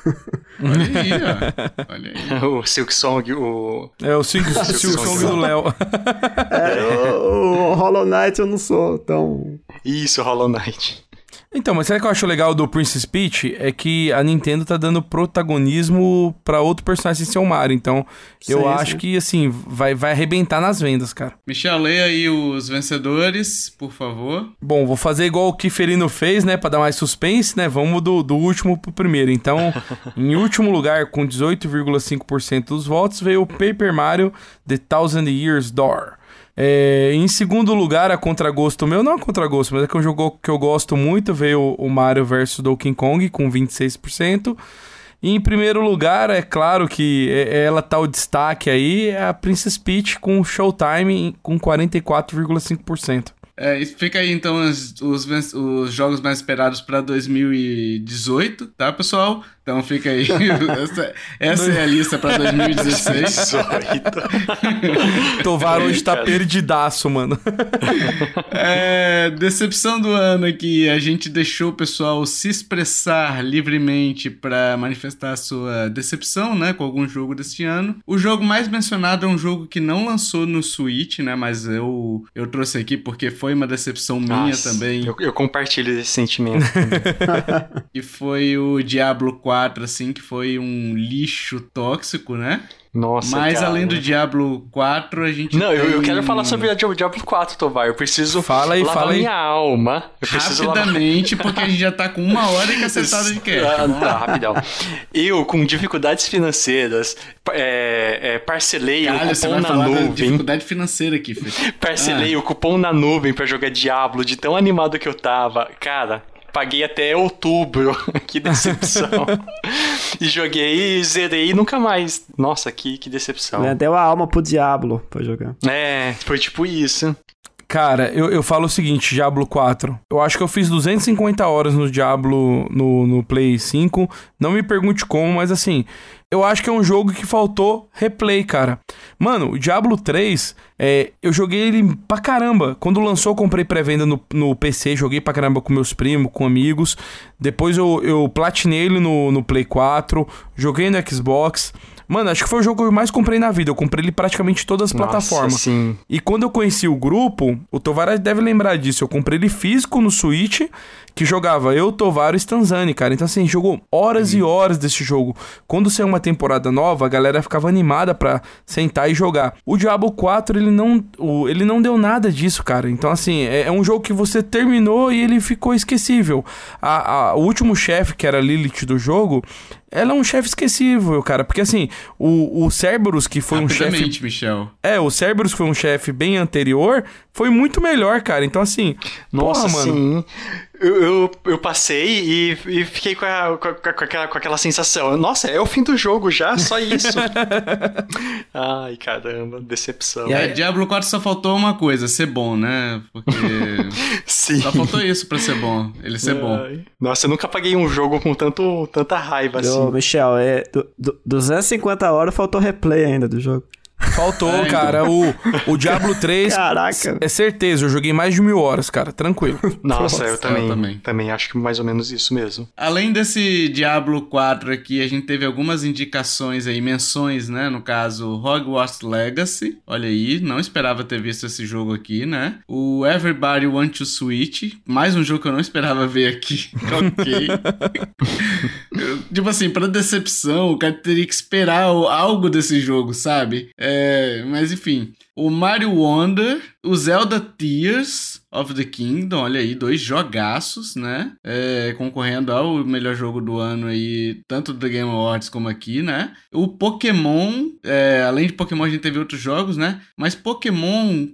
Olha aí. O Silk Song, o Silk Song do Léo. O Hollow Knight eu não sou tão... Isso, Hollow Knight. Então, mas sabe o que eu acho legal do Princess Peach? É que a Nintendo tá dando protagonismo pra outro personagem sem ser o Mario. Então, eu acho que, assim, vai arrebentar nas vendas, cara. Michel, leia aí os vencedores, por favor. Bom, vou fazer igual o Kiferino fez, né? Pra dar mais suspense, né? Vamos do último pro primeiro. Então, em último lugar, com 18,5% dos votos, veio o Paper Mario The Thousand Years Door. Em segundo lugar, a contragosto meu, não a contragosto, mas é que um jogo que eu gosto muito, veio o Mario vs Donkey Kong com 26%. E em primeiro lugar, é claro que ela tá o destaque aí, é a Princess Peach com Showtime com 44,5%. Fica aí então os jogos mais esperados para 2018, tá, pessoal? Então fica aí, essa é a lista para 2016. Tovar hoje tá perdidaço, mano. Decepção do ano aqui, a gente deixou o pessoal se expressar livremente para manifestar a sua decepção, né, com algum jogo deste ano. O jogo mais mencionado é um jogo que não lançou no Switch, né, mas eu trouxe aqui porque foi uma decepção minha também. Eu compartilho esse sentimento. E foi o Diablo 4, assim, que foi um lixo tóxico, né? Nossa, mas cara, além do Diablo 4, a gente eu quero falar sobre o Diablo 4, Tovar. Eu preciso lavar minha alma. Rapidamente, porque a gente já tá com 1 hora e cacetada de cash. Tá, rapidão. Eu, com dificuldades financeiras, parcelei o cupom na nuvem. Dificuldade financeira aqui, filho. Parcelei o cupom na nuvem pra jogar Diablo, de tão animado que eu tava. Cara... Paguei até outubro, que decepção. E joguei e zerei e nunca mais. Nossa, que decepção. Deu a alma pro Diablo pra jogar. Foi tipo isso. Cara, eu falo o seguinte, Diablo 4. Eu acho que eu fiz 250 horas no Diablo no Play 5. Não me pergunte como, mas assim... Eu acho que é um jogo que faltou replay, cara. Mano, o Diablo 3, eu joguei ele pra caramba. Quando lançou, eu comprei pré-venda no PC, joguei pra caramba com meus primos, com amigos. Depois eu platinei ele no Play 4, joguei no Xbox. Mano, acho que foi o jogo que eu mais comprei na vida. Eu comprei ele praticamente em todas as plataformas. Sim. E quando eu conheci o grupo, o Tovar deve lembrar disso. Eu comprei ele físico no Switch, que jogava eu, Tovar e Stanzani, cara. Então, assim, jogou horas e horas desse jogo. Quando saiu uma temporada nova, a galera ficava animada pra sentar e jogar. O Diablo 4, ele não deu nada disso, cara. Então, assim, é um jogo que você terminou e ele ficou esquecível. O último chefe, que era a Lilith do jogo... Ela é um chefe esquecível, cara. Porque, assim, o Cerberus, que foi um chefe... Michel. O Cerberus, que foi um chefe bem anterior, foi muito melhor, cara. Então, assim... Nossa, porra, mano. Sim. Eu passei e fiquei com aquela sensação. Nossa, é o fim do jogo já? Só isso. Ai, caramba. Decepção. Diablo 4 só faltou uma coisa. Ser bom, né? Porque... Sim. Só faltou isso pra ser bom. Ele ser bom. Nossa, eu nunca paguei um jogo com tanta raiva assim. Michel, 250 horas faltou replay ainda do jogo. Faltou, cara. O Diablo 3... Caraca. É certeza, eu joguei mais de 1000 horas, cara. Tranquilo. Nossa, eu também acho que mais ou menos isso mesmo. Além desse Diablo 4 aqui, a gente teve algumas indicações aí, menções, né? No caso, Hogwarts Legacy. Olha aí, não esperava ter visto esse jogo aqui, né? O Everybody Want to Switch. Mais um jogo que eu não esperava ver aqui. Ok. Tipo assim, pra decepção, o cara teria que esperar algo desse jogo, sabe? Mas enfim. O Mario Wonder, o Zelda Tears of the Kingdom, olha aí, 2 jogaços, né? Concorrendo ao melhor jogo do ano aí, tanto do Game Awards como aqui, né? O Pokémon, além de Pokémon a gente teve outros jogos, né? Mas Pokémon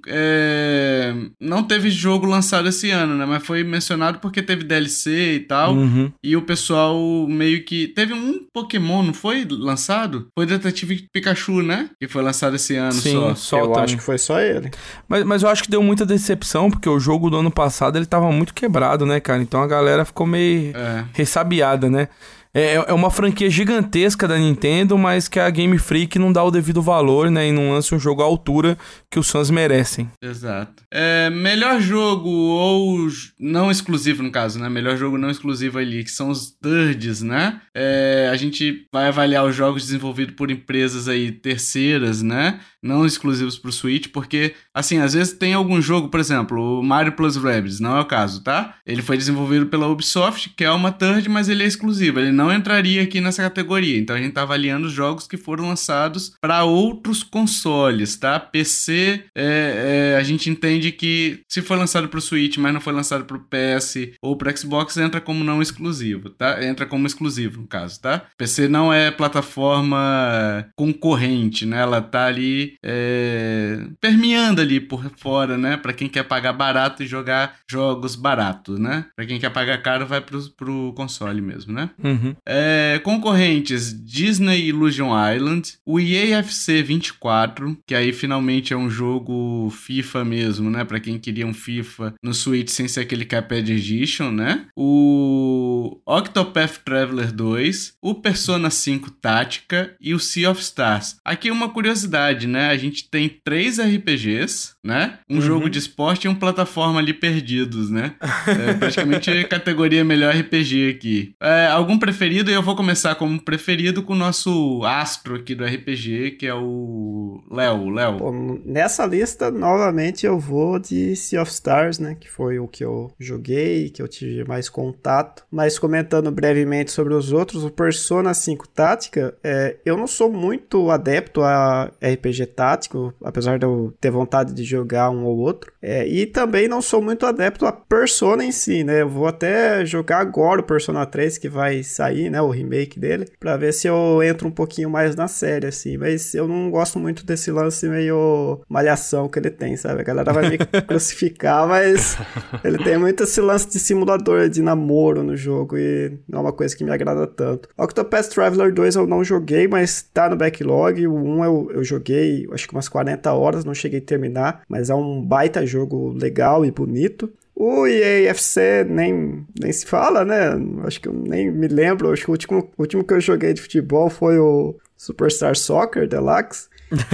não teve jogo lançado esse ano, né? Mas foi mencionado porque teve DLC e tal. Uhum. E o pessoal meio que... Teve um Pokémon, não foi lançado? Foi Detetive Pikachu, né? Que foi lançado esse ano. Sim, só. Eu acho que foi só ele. Mas eu acho que deu muita decepção, porque o jogo do ano passado ele tava muito quebrado, né, cara? Então a galera ficou meio ressabiada, né? É uma franquia gigantesca da Nintendo, mas que a Game Freak não dá o devido valor, né? E não lança um jogo à altura que os fãs merecem. Exato. Melhor jogo ou não exclusivo, no caso, né? Melhor jogo não exclusivo ali, que são os thirds, né? A gente vai avaliar os jogos desenvolvidos por empresas aí terceiras, né? não exclusivos pro Switch, porque, assim, às vezes tem algum jogo, por exemplo, o Mario Plus Rabbids, não é o caso, tá? Ele foi desenvolvido pela Ubisoft, que é uma third, mas ele é exclusivo, ele não entraria aqui nessa categoria, então a gente tá avaliando os jogos que foram lançados para outros consoles, tá? PC, a gente entende que se foi lançado pro Switch, mas não foi lançado pro PS ou pro Xbox, entra como não exclusivo, tá? Entra como exclusivo, no caso, tá? PC não é plataforma concorrente, né? Ela tá ali permeando ali por fora, né? Pra quem quer pagar barato e jogar jogos baratos, né? Pra quem quer pagar caro, vai pro console mesmo, né? Uhum. Concorrentes, Disney Illusion Island, o EA FC 24, que aí finalmente é um jogo FIFA mesmo, né? Pra quem queria um FIFA no Switch sem ser aquele Cuphead Edition, né? O Octopath Traveler 2, o Persona 5 Tática e o Sea of Stars. Aqui uma curiosidade, né? A gente tem 3 RPGs, né? Um jogo de esporte e um plataforma ali perdidos, né? Praticamente categoria melhor RPG aqui. Algum preferido? Eu vou começar como preferido com o nosso astro aqui do RPG, que é o Léo. Bom, nessa lista, novamente, eu vou de Sea of Stars, né? Que foi o que eu joguei, que eu tive mais contato. Mas comentando brevemente sobre os outros, o Persona 5 Tática, eu não sou muito adepto a RPG tático, apesar de eu ter vontade de jogar um ou outro. E também não sou muito adepto a Persona em si, né? Eu vou até jogar agora o Persona 3, que vai sair, né? O remake dele, pra ver se eu entro um pouquinho mais na série, assim. Mas eu não gosto muito desse lance meio malhação que ele tem, sabe? A galera vai me crucificar, mas ele tem muito esse lance de simulador de namoro no jogo e não é uma coisa que me agrada tanto. Octopath Traveler 2 eu não joguei, mas tá no backlog. O 1 eu joguei, acho que umas 40 horas, não cheguei a terminar, mas é um baita jogo legal e bonito. O EA FC nem se fala, né? Acho que eu nem me lembro. Acho que o último que eu joguei de futebol foi o Superstar Soccer Deluxe.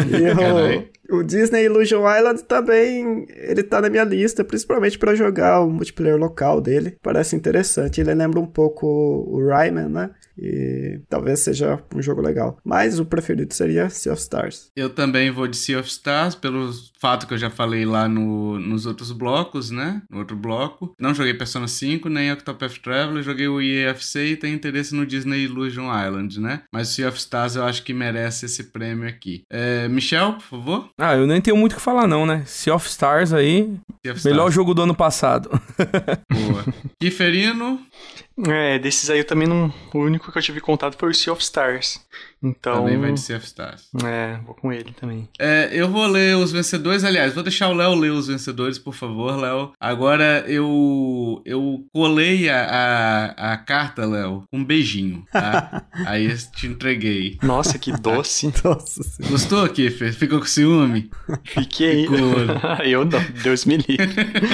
E o Disney Illusion Island também, ele tá na minha lista, principalmente pra jogar o multiplayer local dele. Parece interessante. Ele lembra um pouco o Rayman, né? E talvez seja um jogo legal. Mas o preferido seria Sea of Stars. Eu também vou de Sea of Stars, pelo fato que eu já falei lá nos outros blocos, né? No outro bloco. Não joguei Persona 5, nem Octopath Traveler, joguei o EAFC e tenho interesse no Disney Illusion Island, né? Mas Sea of Stars eu acho que merece esse prêmio aqui. Michel, por favor? Eu nem tenho muito o que falar não, né? Sea of Stars aí, melhor jogo do ano passado. Boa. Kiferino? Desses aí eu também não... O único que eu tive contato foi o Sea of Stars. Então... Também vai de Sea of Stars. Vou com ele também. Eu vou ler os vencedores. Aliás, vou deixar o Léo ler os vencedores, por favor, Léo. Agora eu colei a carta, Léo, com um beijinho, tá? Aí eu te entreguei. Nossa, que doce. Nossa. Gostou, Kiffer? Ficou com ciúme? Fiquei. Eu não, Deus me livre.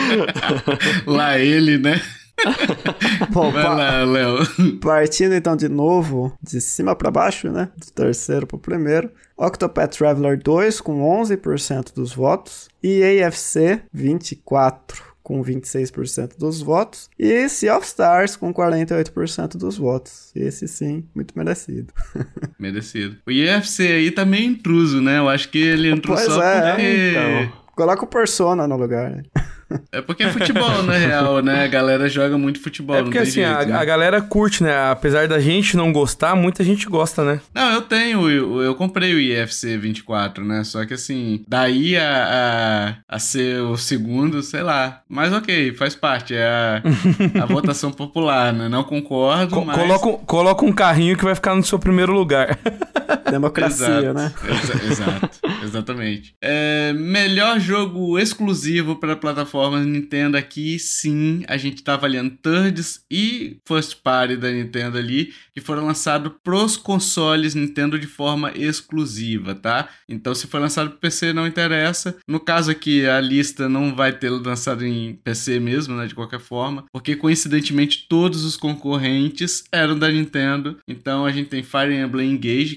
Lá ele, né? Bom, vai lá, Léo. Partindo então de novo, de cima pra baixo, né? Do terceiro pro primeiro. Octopath Traveler 2 com 11% dos votos. EAFC 24 com 26% dos votos. E Sea of Stars com 48% dos votos. Esse sim, muito merecido. Merecido. O EAFC aí tá meio intruso, né? Eu acho que ele entrou pois só porque... Então. Coloca o Persona no lugar, né? É porque é futebol, na real, né? A galera joga muito futebol, porque não tem assim, jeito, né? a galera curte, né? Apesar da gente não gostar, muita gente gosta, né? Não, eu comprei o IFC 24, né? Só que assim, daí a ser o segundo, sei lá. Mas ok, faz parte, é a votação popular, né? Não concordo, mas... Coloca um carrinho que vai ficar no seu primeiro lugar. Democracia, exato, né? Exato, exatamente. Melhor jogo exclusivo para plataformas Nintendo aqui, sim, a gente tá avaliando thirds e first party da Nintendo ali, que foram lançados pros consoles Nintendo de forma exclusiva, tá? Então, se for lançado pro PC, não interessa. No caso aqui, a lista não vai ter lançado em PC mesmo, né? De qualquer forma, porque coincidentemente todos os concorrentes eram da Nintendo. Então, a gente tem Fire Emblem Engage, que é um jogo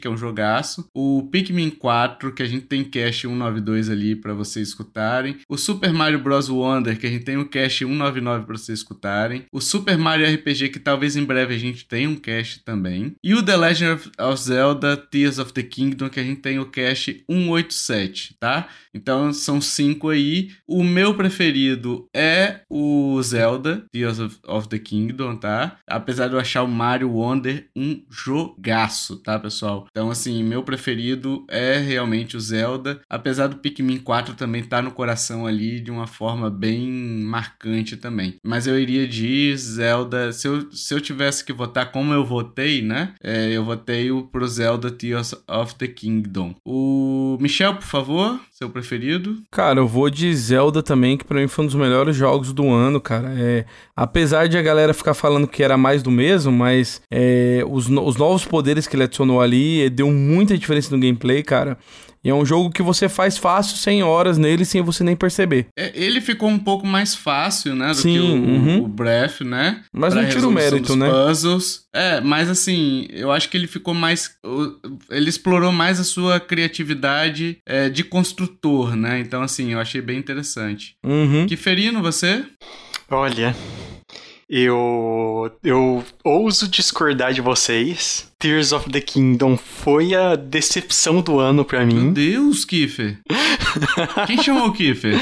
jogaço. O Pikmin 4, que a gente tem cast 192 ali pra vocês escutarem. O Super Mario Bros. Wonder, que a gente tem o cast 199 pra vocês escutarem. O Super Mario RPG, que talvez em breve a gente tenha um cast também. E o The Legend of Zelda Tears of the Kingdom, que a gente tem o cast 187, tá? Então são 5 aí. O meu preferido é o Zelda Tears of the Kingdom, tá? Apesar de eu achar o Mario Wonder um jogaço, tá, pessoal? Então, assim, meu preferido é realmente o Zelda. Apesar do Pikmin 4 também tá no coração ali de uma forma bem marcante também. Mas eu iria de Zelda. Se eu tivesse que votar como eu votei, né? Eu votei pro Zelda Tears of the Kingdom. O Michel, por favor, seu preferido? Cara, eu vou de Zelda também, que pra mim foi um dos melhores jogos do ano, cara. Apesar de a galera ficar falando que era mais do mesmo, mas os novos poderes que ele adicionou ali deu muita diferença no gameplay, cara. E é um jogo que você faz fácil 100 horas nele sem você nem perceber. Ele ficou um pouco mais fácil, né? Do Sim, que o Breath, né? Mas não tira o mérito, né? Puzzles. Mas assim, eu acho que ele ficou mais... Ele explorou mais a sua criatividade de construtor, né? Então, assim, eu achei bem interessante. Kiferino, você? Olha... Eu ouso discordar de vocês. Tears of the Kingdom foi a decepção do ano pra mim. Meu Deus, Kiffer. Quem chamou o Kiffer?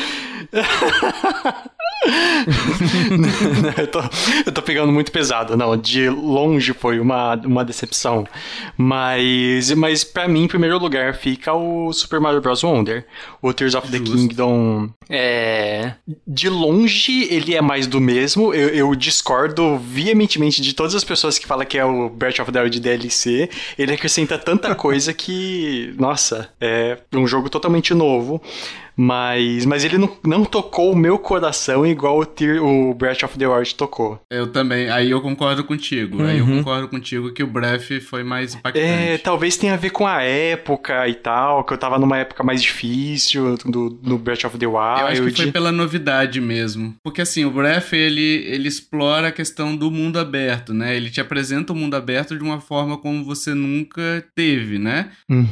eu tô pegando muito pesado. Não, de longe foi uma decepção. Mas pra mim, em primeiro lugar, fica o Super Mario Bros. Wonder. O Tears of the Kingdom de longe, ele é mais do mesmo. Eu discordo veementemente de todas as pessoas que falam que é o Breath of the Wild DLC. Ele acrescenta tanta coisa que, nossa, é um jogo totalmente novo. Mas ele não tocou o meu coração igual o Breath of the Wild tocou. Eu também. Aí eu concordo contigo. Aí eu concordo contigo que o Breath foi mais impactante. Talvez tenha a ver com a época e tal, que eu tava numa época mais difícil do Breath of the Wild. Eu acho que foi pela novidade mesmo. Porque assim, o Breath, ele explora a questão do mundo aberto, né? Ele te apresenta o mundo aberto de uma forma como você nunca teve, né?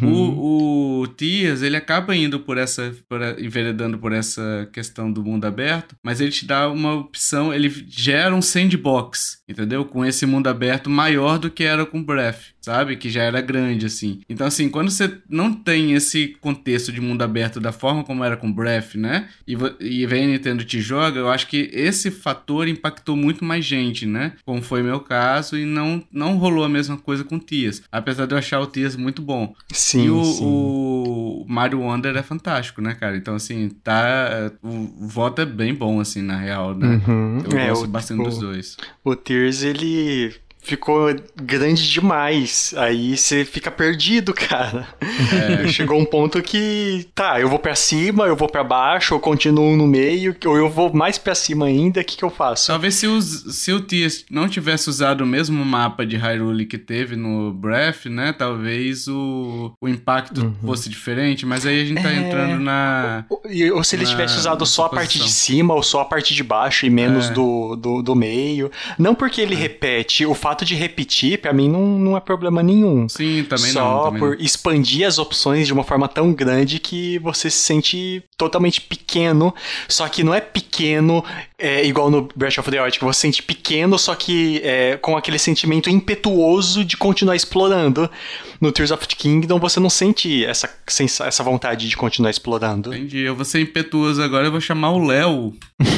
O Tears, ele acaba indo enveredando por essa questão do mundo aberto, mas ele te dá uma opção, ele gera um sandbox, entendeu? Com esse mundo aberto maior do que era com Breath, sabe? Que já era grande, assim. Então, assim, quando você não tem esse contexto de mundo aberto da forma como era com Breath, né? E vem a Nintendo te joga, eu acho que esse fator impactou muito mais gente, né? Como foi meu caso, e não rolou a mesma coisa com o Tears. Apesar de eu achar o Tears muito bom. Sim, e o Mario Wonder é fantástico, né, cara? Então, assim, o voto é bem bom, assim, na real, né? Eu gosto bastante dos dois. O Tears, ele ficou grande demais. Aí você fica perdido, cara. Chegou um ponto que, eu vou pra cima, eu vou pra baixo, eu continuo no meio, ou eu vou mais pra cima ainda, o que eu faço? Talvez se o Tears não tivesse usado o mesmo mapa de Hyrule que teve no Breath, né, talvez o impacto fosse diferente, mas aí a gente tá entrando na... Ou se ele tivesse usado só a parte de cima, ou só a parte de baixo, e menos do meio. Não porque ele repete, o fato de repetir, pra mim, não é problema nenhum. Sim, também não. Só por expandir as opções de uma forma tão grande que você se sente totalmente pequeno, só que não é pequeno igual no Breath of the Wild, que você se sente pequeno, só que com aquele sentimento impetuoso de continuar explorando. No Tears of the Kingdom você não sente essa vontade de continuar explorando. Entendi, eu vou ser impetuoso agora, eu vou chamar o Léo.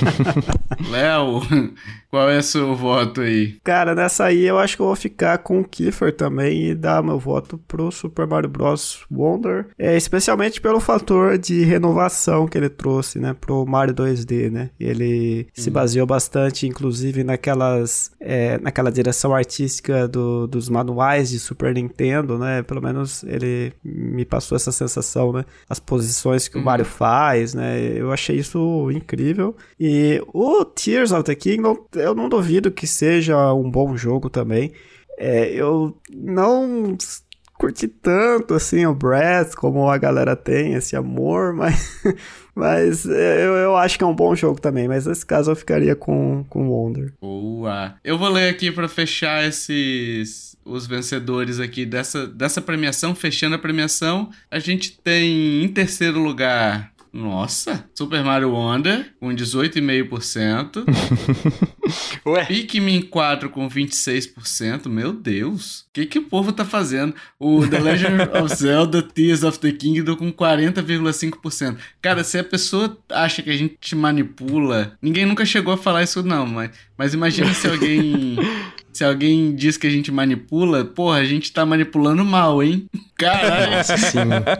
Léo, qual é o seu voto aí? Cara, nessa aí eu acho que eu vou ficar com o Kiefer também e dar meu voto pro Super Mario Bros. Wonder, especialmente pelo fator de renovação que ele trouxe, né, pro Mario 2D, né? Ele se baseou bastante, inclusive, naquela direção artística dos manuais de Super Nintendo, né? Pelo menos ele me passou essa sensação, né? As posições que o Mario faz, né? Eu achei isso incrível. E o Tears of the Kingdom, eu não duvido que seja um bom jogo também. Eu não curti tanto, assim, o Breath, como a galera tem esse amor, mas eu acho que é um bom jogo também, mas nesse caso eu ficaria com Wonder. Boa! Eu vou ler aqui pra fechar os vencedores aqui dessa premiação. Fechando a premiação, a gente tem em terceiro lugar... Nossa, Super Mario Wonder com 18,5%. Ué? Pikmin 4 com 26%. Meu Deus, o que o povo tá fazendo? O The Legend of Zelda Tears of the Kingdom com 40,5%. Cara, se a pessoa acha que a gente manipula... Ninguém nunca chegou a falar isso não, mas imagina se alguém... Se alguém diz que a gente manipula, porra, a gente tá manipulando mal, hein? Caralho. Nossa, sim.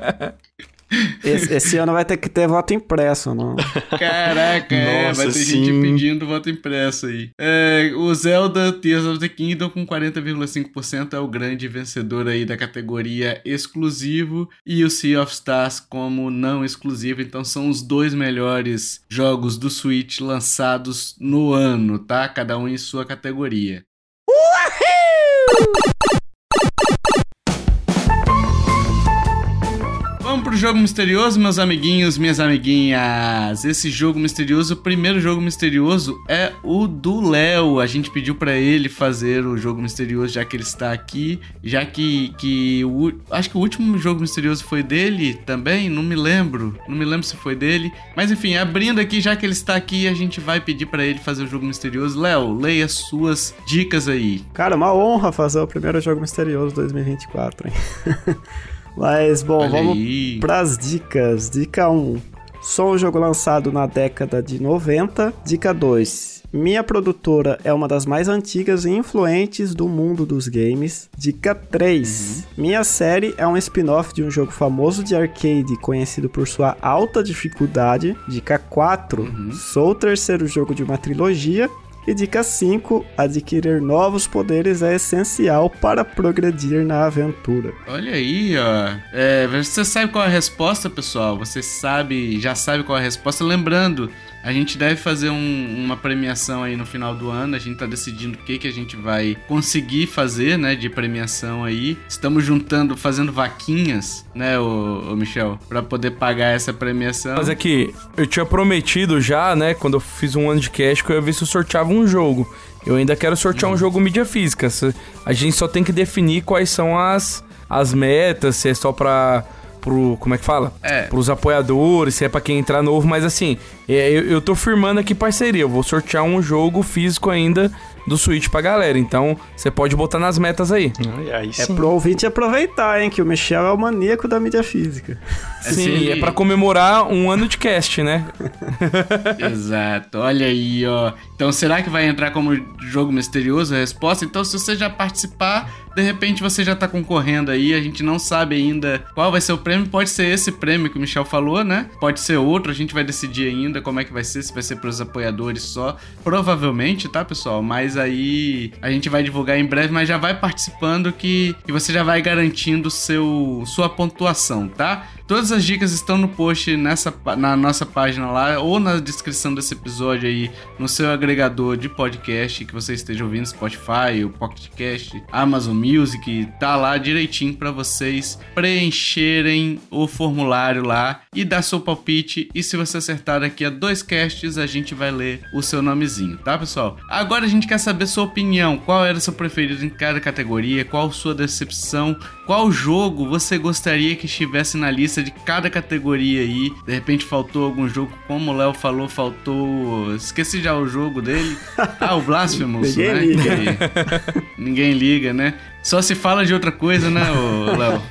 Esse ano vai ter que ter voto impresso, não? Caraca, Nossa, vai ter gente pedindo voto impresso aí. O Zelda Tears of the Kingdom com 40,5% é o grande vencedor aí da categoria exclusivo, e o Sea of Stars como não exclusivo. Então são os dois melhores jogos do Switch lançados no ano, tá? Cada um em sua categoria. Vamos pro jogo misterioso, meus amiguinhos, minhas amiguinhas. Esse jogo misterioso, o primeiro jogo misterioso é o do Léo. A gente pediu pra ele fazer o jogo misterioso, já que ele está aqui. Já que acho que o último jogo misterioso foi dele também, não me lembro se foi dele. Mas enfim, abrindo aqui, já que ele está aqui, a gente vai pedir pra ele fazer o jogo misterioso. Léo, leia as suas dicas aí. Cara, uma honra fazer o primeiro jogo misterioso 2024, hein? Mas, bom, vamos pras dicas. Dica 1. Sou um jogo lançado na década de 90. Dica 2. Minha produtora é uma das mais antigas e influentes do mundo dos games. Dica 3. Minha série é um spin-off de um jogo famoso de arcade conhecido por sua alta dificuldade. Dica 4. Sou o terceiro jogo de uma trilogia. E dica 5, adquirir novos poderes é essencial para progredir na aventura. Olha aí, ó. Você sabe qual é a resposta, pessoal? Você já sabe qual é a resposta. Lembrando, a gente deve fazer uma premiação aí no final do ano. A gente tá decidindo o que a gente vai conseguir fazer, né, de premiação aí. Estamos fazendo vaquinhas, né, o Michel, pra poder pagar essa premiação. Mas aqui, eu tinha prometido já, né, quando eu fiz um ano de cast, que eu ia ver se eu sorteava um jogo. Eu ainda quero sortear um jogo mídia física. A gente só tem que definir quais são as metas, se é só como é que fala? Pros apoiadores, se é pra quem entrar novo, mas assim, eu tô firmando aqui parceria, eu vou sortear um jogo físico ainda do Switch pra galera, então você pode botar nas metas aí. Aí sim. É pro ouvinte aproveitar, hein, que o Michel é o maníaco da mídia física. Sim, é pra comemorar um ano de cast, né? Exato, olha aí, ó. Então será que vai entrar como jogo misterioso a resposta? Então se você já participar, de repente você já tá concorrendo aí, a gente não sabe ainda qual vai ser o prêmio, pode ser esse prêmio que o Michel falou, né? Pode ser outro, a gente vai decidir ainda como é que vai ser, se vai ser pros apoiadores só, provavelmente, tá, pessoal? Mas aí a gente vai divulgar em breve, mas já vai participando que você já vai garantindo sua pontuação, tá? Todas as dicas estão no post na nossa página lá, ou na descrição desse episódio aí, no seu agregador de podcast que você esteja ouvindo, Spotify, o Pocket Cast, Amazon Music, tá lá direitinho para vocês preencherem o formulário lá e dar seu palpite, e se você acertar daqui a 2 casts, a gente vai ler o seu nomezinho, tá, pessoal? Agora a gente quer saber sua opinião, qual era seu preferido em cada categoria, qual sua decepção, qual jogo você gostaria que estivesse na lista de cada categoria aí. De repente faltou algum jogo, como o Léo falou, faltou... Esqueci já o jogo dele. O Blasphemous, Ninguém né? liga. Ninguém liga, né? Só se fala de outra coisa, né, Léo?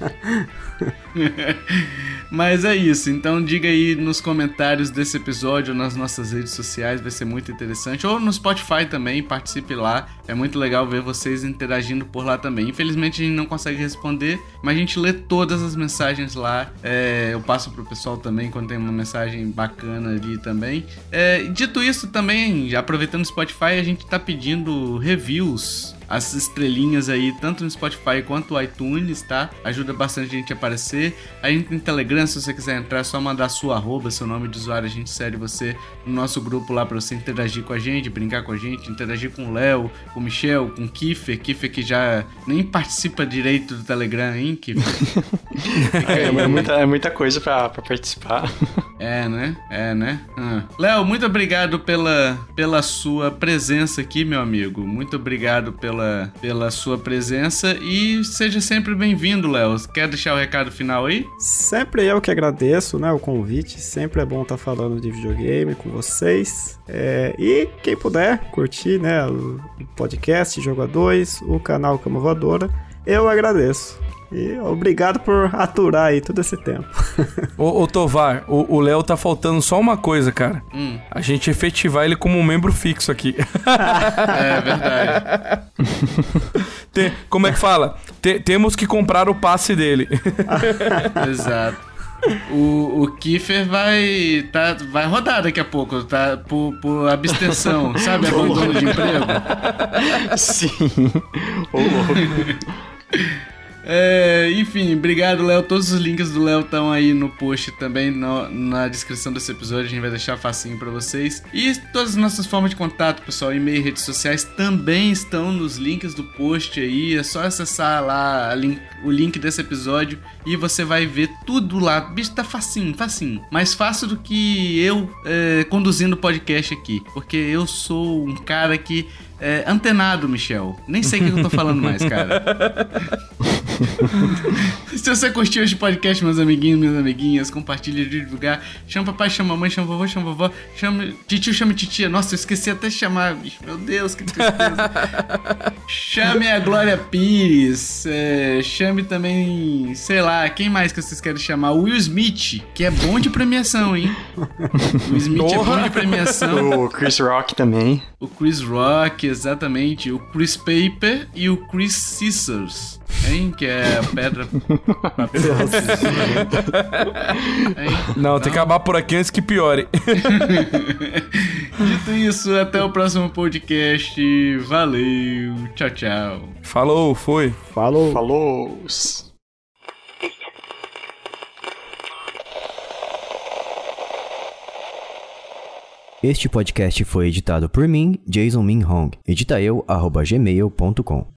Mas é isso, então diga aí nos comentários desse episódio, nas nossas redes sociais, vai ser muito interessante. Ou no Spotify também, participe lá, é muito legal ver vocês interagindo por lá também. Infelizmente a gente não consegue responder, mas a gente lê todas as mensagens lá. Eu passo pro pessoal também quando tem uma mensagem bacana ali também. Dito isso também, aproveitando o Spotify, a gente tá pedindo reviews as estrelinhas aí, tanto no Spotify quanto no iTunes, tá? Ajuda bastante a gente a aparecer. A gente tem Telegram, se você quiser entrar, é só mandar sua arroba, seu nome de usuário, a gente insere você no nosso grupo lá pra você interagir com a gente, brincar com a gente, interagir com o Léo, com o Michel, com o Kiffer que já nem participa direito do Telegram, hein, Kiffer? É muita coisa pra participar. É, né? Léo, muito obrigado pela sua presença aqui, meu amigo. Muito obrigado pela sua presença e seja sempre bem-vindo, Léo. Quer deixar o recado final aí? Sempre eu que agradeço, né, o convite. Sempre é bom estar falando de videogame com vocês. E quem puder curtir, né, o podcast Jogo A2, o canal Cama Voadora, eu agradeço. E obrigado por aturar aí todo esse tempo. Ô Tovar, o Léo tá faltando só uma coisa, cara. A gente efetivar ele como um membro fixo aqui. É verdade. Como é que fala? Temos que comprar o passe dele. Exato. O Kiffer vai rodar daqui a pouco, tá? Por abstenção, sabe? Abandono de emprego. Sim. Ô, louco. Enfim, obrigado, Léo. Todos os links do Léo estão aí no post também, na descrição desse episódio. A gente vai deixar facinho pra vocês. E todas as nossas formas de contato, pessoal, e-mail e redes sociais também estão nos links do post aí. É só acessar lá o link desse episódio e você vai ver tudo lá. Bicho, tá facinho. Mais fácil do que eu conduzindo o podcast aqui. Porque eu sou um cara que... antenado, Michel. Nem sei o que eu tô falando mais, cara. Se você curtiu este podcast, meus amiguinhos, minhas amiguinhas, compartilha, divulgar. Chama papai, chama mamãe, chama vovô, chama vovó. Chama titio, chama titia. Nossa, eu esqueci até de chamar, bicho. Meu Deus, que tristeza. Chame a Glória Pires. Chame também, sei lá, quem mais que vocês querem chamar? O Will Smith, que é bom de premiação, hein? O Will Smith é bom de premiação. O Chris Rock também. O Chris Rock, exatamente. O Chris Paper e o Chris Scissors. Hein? Que é a pedra. Não, tem que acabar por aqui antes que piore. Dito isso, até o próximo podcast. Valeu. Tchau, tchau. Falou, foi. Falou. Este podcast foi editado por mim, Jason Min Hong. Edita eu, @gmail.com.